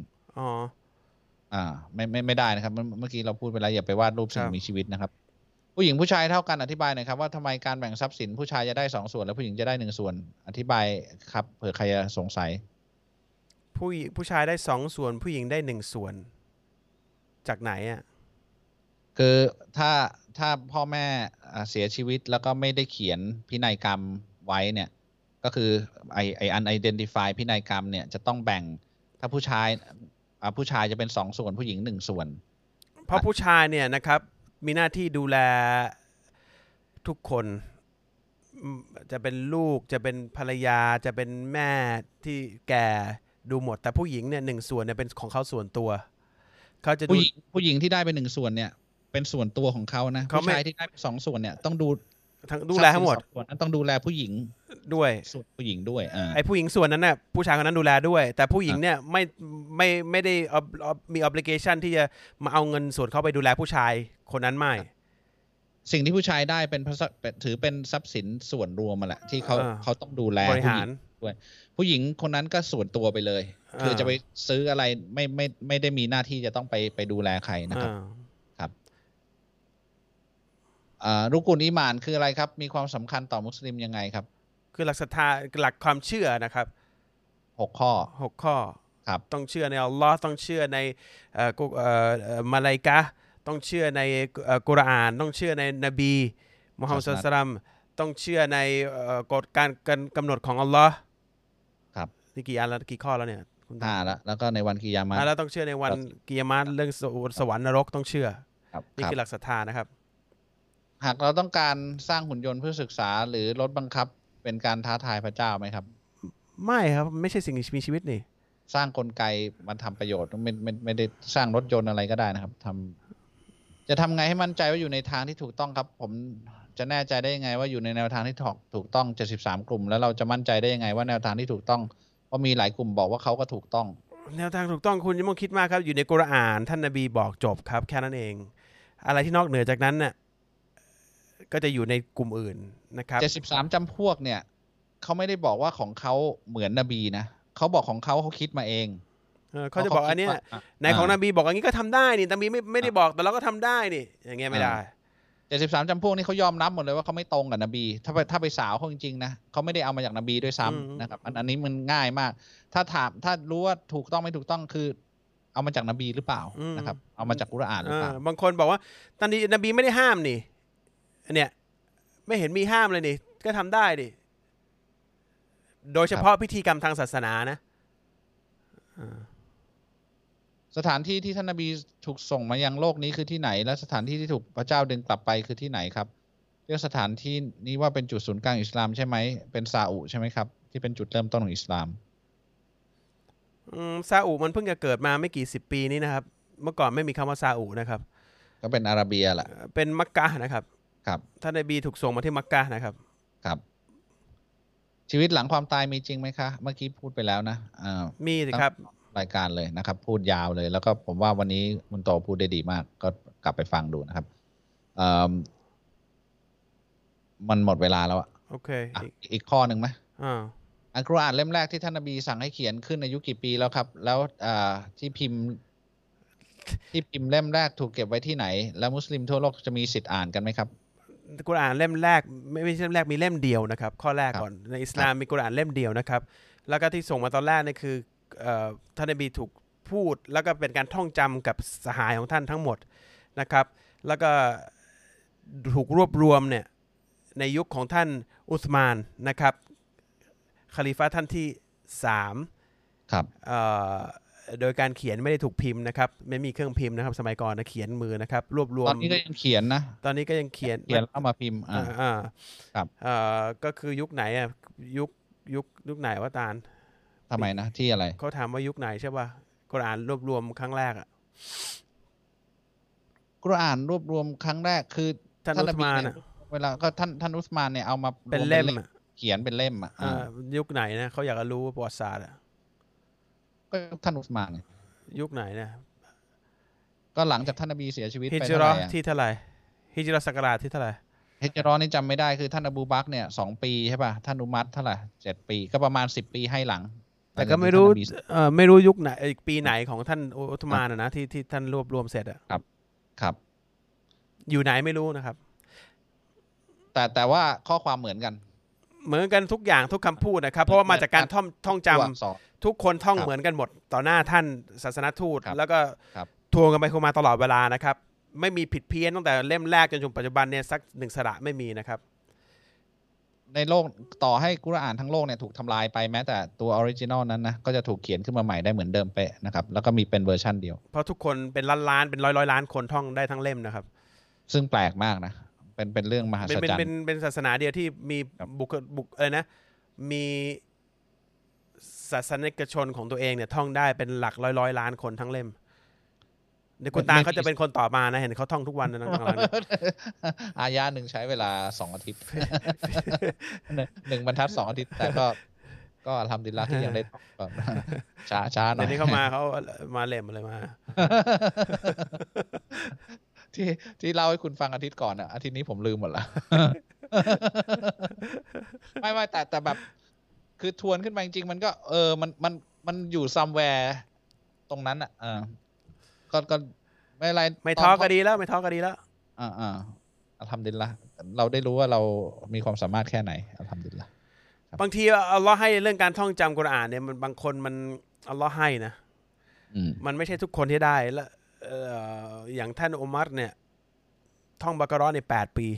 ไม่ได้นะครับเมื่อกี้เราพูดไปแล้วอย่าไปวาดรูปสิ่งมีชีวิตนะครับผู้หญิงผู้ชายเท่ากันอธิบายหน่อยครับว่าทำไมการแบ่งทรัพย์สินผู้ชายจะได้2 ส่วนแล้วผู้หญิงจะได้1 ส่วนอธิบายครับเผื่อใครจะสงสัยผู้ชายได้2 ส่วนผู้หญิงได้1 ส่วนจากไหนอ่ะคือถ้าพ่อแม่เสียชีวิตแล้วก็ไม่ได้เขียนพินัยกรรมไว้เนี่ยก็คือไอunidentified พินัยกรรมเนี่ยจะต้องแบ่งถ้าผู้ชายจะเป็น2 ส่วนผู้หญิง1 ส่วนเพราะผู้ชายเนี่ยนะครับมีหน้าที่ดูแลทุกคนจะเป็นลูกจะเป็นภรรยาจะเป็นแม่ที่แก่ดูหมดแต่ผู้หญิงเนี่ย1 ส่วนเนี่ยเป็นของเขาส่วนตัวเขาจะผู้หญิงที่ได้เป็น1 ส่วนเนี่ยเป็นส่วนตัวของเขานะผู้ชายที่ได้เป็น2 ส่วนเนี่ยต้องดูแลทั้งหมดนั้นต้องดูแลผู้หญิงด้วยส่วนผู้หญิงด้วยไอ้ผู้หญิงส่วนนั้นน่ะผู้ชายคนนั้นดูแลด้วยแต่ผู้หญิงเนี่ยไม่ได้มี obligation ที่จะมาเอาเงินส่วนเขาไปดูแลผู้ชายคนนั้นไม่สิ่งที่ผู้ชายได้ถือเป็นทรัพย์สินส่วนรวมมาแหละที่เขาต้องดูแลบริหารด้วยผู้หญิงคนนั้นก็ส่วนตัวไปเลยคือจะไปซื้ออะไรไม่ได้มีหน้าที่จะต้องไปดูแลใครนะครับครับรุกุนอีหม่านคืออะไรครับมีความสำคัญต่อมุสลิมยังไงครับคือหลักศรัทธาหลักความเชื่อนะครับ 6 ข้อครับต้องเชื่อในอัลลอฮ์ต้องเชื่อในมาลาอิกะห์ต้องเชื่อในกุรอานต้องเชื่อในนบีมุฮัมมัดศ็อลลัลลอฮุอะลัยฮิวะซัลลัมต้องเชื่อในกฎการกำหนดของอัลลอฮ์ครับนี่กี่อันแล้วกี่ข้อแล้วเนี่ยแล้วก็ในวันกิยามะฮ์แล้วต้องเชื่อในวันกิยามะฮ์เรื่องสวรรค์นรกต้องเชื่อนี่คือหลักศรัทธานะครับหากเราต้องการสร้างหุ่นยนต์เพื่อศึกษาหรือรถบังคับเป็นการท้าทายพระเจ้าไหมครับไม่ครับไม่ใช่สิ่งมีชีวิตนี่สร้างกลไกมันทำประโยชน์ไม่ได้สร้างรถยนต์อะไรก็ได้นะครับจะทำไงให้มั่นใจว่าอยู่ในทางที่ถูกต้องครับผมจะแน่ใจได้ยังไงว่าอยู่ในแนวทางที่ถูกต้อง73กลุ่มแล้วเราจะมั่นใจได้ยังไงว่าแนวทางที่ถูกต้องเพราะมีหลายกลุ่มบอกว่าเขาก็ถูกต้องแนวทางถูกต้องคุณยังไม่คิดมากครับอยู่ในกุรอานท่านนบีบอกจบครับแค่นั้นเองอะไรที่นอกเหนือจากนั้นน่ะก็จะอยู่ในกลุ่มอื่นนะครับ 73จำพวกเนี่ยเขาไม่ได้บอกว่าของเขาเหมือนนบีนะเขาบอกของเขาคิดมาเองเขาจะบอกอันนี้ในของนบีบอกอย่างนี้ก็ทำได้นี่นบีไม่ได้บอกแต่เราก็ทำได้นี่อย่างเงี้ยไม่ได้ 73จำพวกนี้เขายอมรับหมดเลยว่าเขาไม่ตรงกับนบีถ้าไปสาวเขาจริงๆนะเขาไม่ได้เอามาจากนบีด้วยซ้ำนะครับอันนี้มันง่ายมากถ้ารู้ว่าถูกต้องไม่ถูกต้องคือเอามาจากนบีหรือเปล่านะครับเอามาจากกุรอานหรือเปล่าบางคนบอกว่าตอนนี้นบีไม่ได้ห้ามนี่เนี่ยไม่เห็นมีห้ามเลยนี่ก็ทำได้ดิโดยเฉพาะพิธีกรรมทางศาสนานะสถานที่ที่ท่านนบีถูกส่งมายังโลกนี้คือที่ไหนและสถานที่ที่ถูกพระเจ้าดึงกลับไปคือที่ไหนครับเรียกสถานที่นี้ว่าเป็นจุดศูนย์กลางอิสลามใช่ไหมเป็นซาอุใช่ไหมครับที่เป็นจุดเริ่มต้นของอิสลามซาอุมันเพิ่งจะเกิดมาไม่กี่10 ปีนี้นะครับเมื่อก่อนไม่มีคำว่าซาอุนะครับก็เป็นอาระเบียแหละเป็นมักกะห์นะครับครับท่านนบีถูกส่งมาที่มักกะห์นะครับครับชีวิตหลังความตายมีจริงไหมคะเมื่อกี้พูดไปแล้วนะมีสิครับรายการเลยนะครับพูดยาวเลยแล้วก็ผมว่าวันนี้มุนโตพูดได้ดีมากก็กลับไปฟังดูนะครับมันหมดเวลาแล้วอ่ะโอเคอีกข้อหนึ่งไหมอัลกุรอานเล่มแรกที่ท่านนบีสั่งให้เขียนขึ้นอายุกี่ปีแล้วครับแล้วที่พิมพ์เล่มแรกถูกเก็บไว้ที่ไหนแล้วมุสลิมทั่วโลกจะมีสิทธิ์อ่านกันไหมครับกุรอานเล่มแรกไม่ใช่เล่มแรกมีเล่มเดียวนะครับข้อแรกก่อนในอิสลามมีกุรอานเล่มเดียวนะครับแล้วก็ที่ส่งมาตอนแรกนี่คือท่านนบีถูกพูดแล้วก็เป็นการท่องจำกับสหายของท่านทั้งหมดนะครับแล้วก็ถูกรวบรวมเนี่ยในยุคของท่านอุสมานนะครับคาลิฟะท่านที่3 ครับโดยการเขียนไม่ได้ถูกพิมพ์นะครับไม่มีเครื่องพิมพ์นะครับสมัยก่อนนะเขียนมือนะครับรวบรวมตอนนี้ก็ยังเขียนนะตอนนี้ก็ยังเขียนเอามาพิมพ์ครับก็คือยุคไหนอ่ะยุคไหนวะตาลทำไมนะที่อะไรเขาถามว่ายุคไหนใช่ป่ะกุรอานรวบรวมครั้งแรกอ่ะกุรอานรวบรวมครั้งแรกคือท่านอุสมานเวลาก็ท่านอุสมานเนี่ยเอามาเป็นเล่มเขียนเป็นเล่มยุคไหนนะเขาอยากจะรู้ประวัติศาสตร์ก็ท่านอุสมานยุคไหนนะก็หลังจากท่านนบีเสียชีวิตไปฮิจเราะห์ที่เท่าไหร่ฮิจเราะห์ศักราชที่เท่าไหร่ฮิจเราะห์นี่จำไม่ได้คือท่านอบูบักรเนี่ย2 ปีใช่ป่ะท่านอุมัรเท่าไหร่7 ปีก็ประมาณ10 ปีให้หลังแต่ก็ไม่รู้ยุคไหนอีกปีไหนของท่านอุสมานนะที่ท่านรวบรวมเสร็จอ่ะครับอยู่ไหนไม่รู้นะครับแต่ว่าข้อความเหมือนกันทุกอย่างทุกคำพูดนะครับเพราะว่ามาจากการท่องจำทุกคนท่องเหมือนกันหมดต่อหน้าท่านศาสนทูตแล้วก็ทวงกันไปทวงมาตลอดเวลานะครับไม่มีผิดเพี้ยนตั้งแต่เล่มแรกจนถึงปัจจุบันเนี่ยสัก1 สระไม่มีนะครับในโลกต่อให้กุรอานทั้งโลกเนี่ยถูกทำลายไปแม้แต่ตัวออริจินอลนั้นนะก็จะถูกเขียนขึ้นมาใหม่ได้เหมือนเดิมเป๊ะนะครับแล้วก็มีเป็นเวอร์ชันเดียวเพราะทุกคนเป็นล้านเป็นร้อยล้านคนท่องได้ทั้งเล่มนะครับซึ่งแปลกมากนะเป็นเรื่องมหัศจรรย์เป็นศาสนาเดียวที่มีบุคอะไรนะมีศาสนิกชนของตัวเองเนี่ยท่องได้เป็นหลักร้อยล้านคนทั้งเล่มในคุณตาเขาจะเป็นคนต่อมานะเห็นเขาท่องทุกวันนะอายะหนึ่งใช้เวลา2 อาทิตย์1 บรรทัด2 อาทิตย์แต่ก็ทำดีละที่ยังได้ก่อนช้าหน่อยแต่นี่เขามาเล่มอะไรมาที่เล่าให้คุณฟังอาทิตย์ก่อนอ่ะอาทิตย์นี้ผมลืมหมดละ ไม่แต่แบบคือทวนขึ้นมาจริงๆมันก็มันอยู่ซัมแวร์ตรงนั้นอ่ะก็ไม่อะไรไม่ท้อก็ดีแล้วไม่ท้อก็ดีแล้วอัลฮัมดุลิลละห์เราได้รู้ว่าเรามีความสามารถแค่ไหนอัลฮัมดุลิลละห์บางทีอัลลอฮ์ให้เรื่องการท่องจำกุรอานเนี่ยมันบางคนมันอัลลอฮ์ให้นะมันไม่ใช่ทุกคนที่ได้แล้วอย่างท่านอุมัรเนี่ยท่องบากะเราะห์ใน8 ปี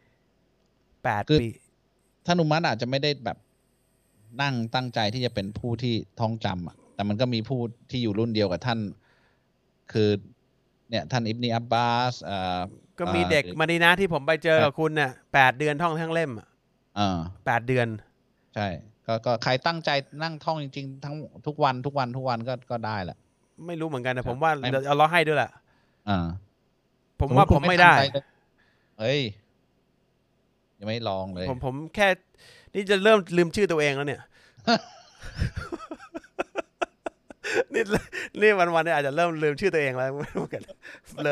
ท่านอุมัรอาจจะไม่ได้แบบนั่งตั้งใจที่จะเป็นผู้ที่ท่องจำอ่ะแต่มันก็มีผู้ที่อยู่รุ่นเดียวกับท่านคือเนี่ยท่านอิบนีอับบาสก็มีเด็กมะดีนะห์ที่ผมไปเจอกับคุณเนี่ย8 เดือนท่องทั้งเล่ม8 เดือนใช่ก็ใครตั้งใจนั่งท่องจริงๆทั้งทุกวันก็ได้แหละไม่รู้เหมือนกันนะผมว่าอัลเลาะห์ให้ด้วยแหละผมว่าผมไม่ได้เฮ้ยยังไม่ลองเลยผมแค่นี่จะเริ่มลืมชื่อตัวเองแล้วเนี่ย นี่วันๆเนี่ยอาจจะเริ่มลืมชื่อตัวเองแล้วไม่รู้กันเลย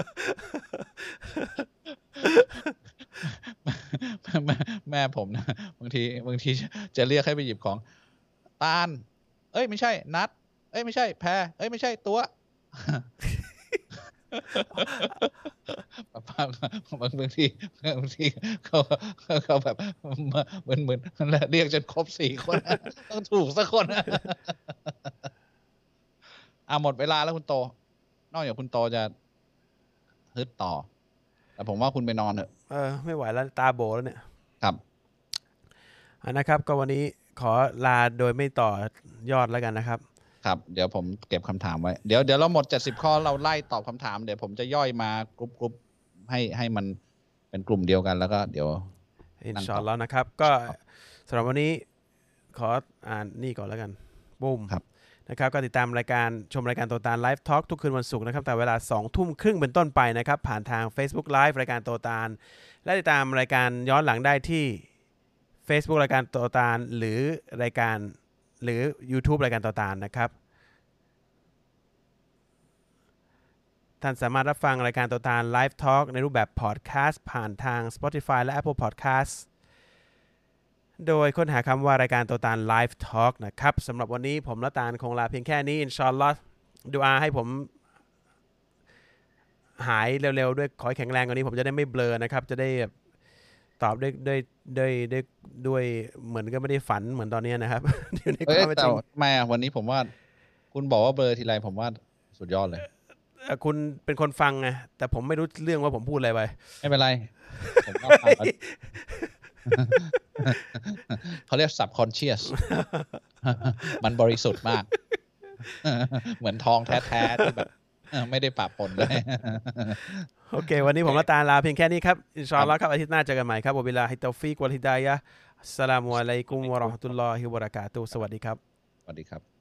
แม่ผมนะบางทีจะเรียกให้ไปหยิบของตาลเอ้ยไม่ใช่นัดเอ้ยไม่ใช่แพรเอ้ยไม่ใช่ตัวบางทีเขาแบบเหมือนเรียกจนครบ4 คนต้องถูกสักคนหมดเวลาแล้วคุณโตนอกจากคุณโตจะฮึดต่อแต่ผมว่าคุณไปนอนเถอะไม่ไหวแล้วตาโบแล้วเนี่ยครับนะครับก็วันนี้ขอลาโดยไม่ต่อยอดแล้วกันนะครับครับเดี๋ยวผมเก็บคำถามไว้เดี๋ยวเราหมด70 ข้อเราไล่ตอบคำถามเดี๋ยวผมจะย่อยมากรุ๊ปให้มันเป็นกลุ่มเดียวกันแล้วก็เดี๋ยวอินชาอัลลอฮ์นะครับก็สำหรับวันนี้ขออ่านนี่ก่อนแล้วกันบูมครับนะครับก็ติดตามชมรายการโตตาลไลฟ์ทอล์กทุกคืนวันศุกร์นะครับแต่เวลา 20:30 เป็นต้นไปนะครับผ่านทาง Facebook Live รายการโตตาลและติดตามรายการย้อนหลังได้ที่ Facebook รายการโตตาลหรือ YouTube รายการโตตาลนะครับท่านสามารถรับฟังรายการโตตาลไลฟ์ทอล์กในรูปแบบพอดแคสต์ผ่านทาง Spotify และ Apple Podcastโดยค้นหาคำว่ารายการโตตาลไลฟ์ทอล์กนะครับสำหรับวันนี้ผมและตาลคงลาเพียงแค่นี้อินชาอัลลอฮ์ดุอาให้ผมหายเร็วๆด้วยขอให้แข็งแรงกว่านี้ผมจะได้ไม่เบลอนะครับจะได้ตอบด้วยเหมือนก็ไม่ได้ฝันเหมือนตอนนี้นะครับอยู่ในความเป็นจริงไม่วันนี้ผมว่าคุณบอกว่าเบลอทีไรผมว่าสุดยอดเลยคุณเป็นคนฟังไงแต่ผมไม่รู้เรื่องว่าผมพูดอะไรไปไม่เป็นไรผมก็ฟังเขาเรียก subconscious มันบริสุทธิ์มากเหมือนทองแท้ๆที่แบบไม่ได้ปะปนเลยโอเควันนี้ผมและตาลาเพียงแค่นี้ครับอินชาอัลลอฮ์ครับอาทิตย์หน้าเจอกันใหม่ครับวะบิลลาฮิตตอฟิกวัลฮิดายะฮ์อัสสลามุอะลัยกุมวะเราะห์มะตุลลอฮิวะบะเราะกาตุฮ์สวัสดีครับสวัสดีครับ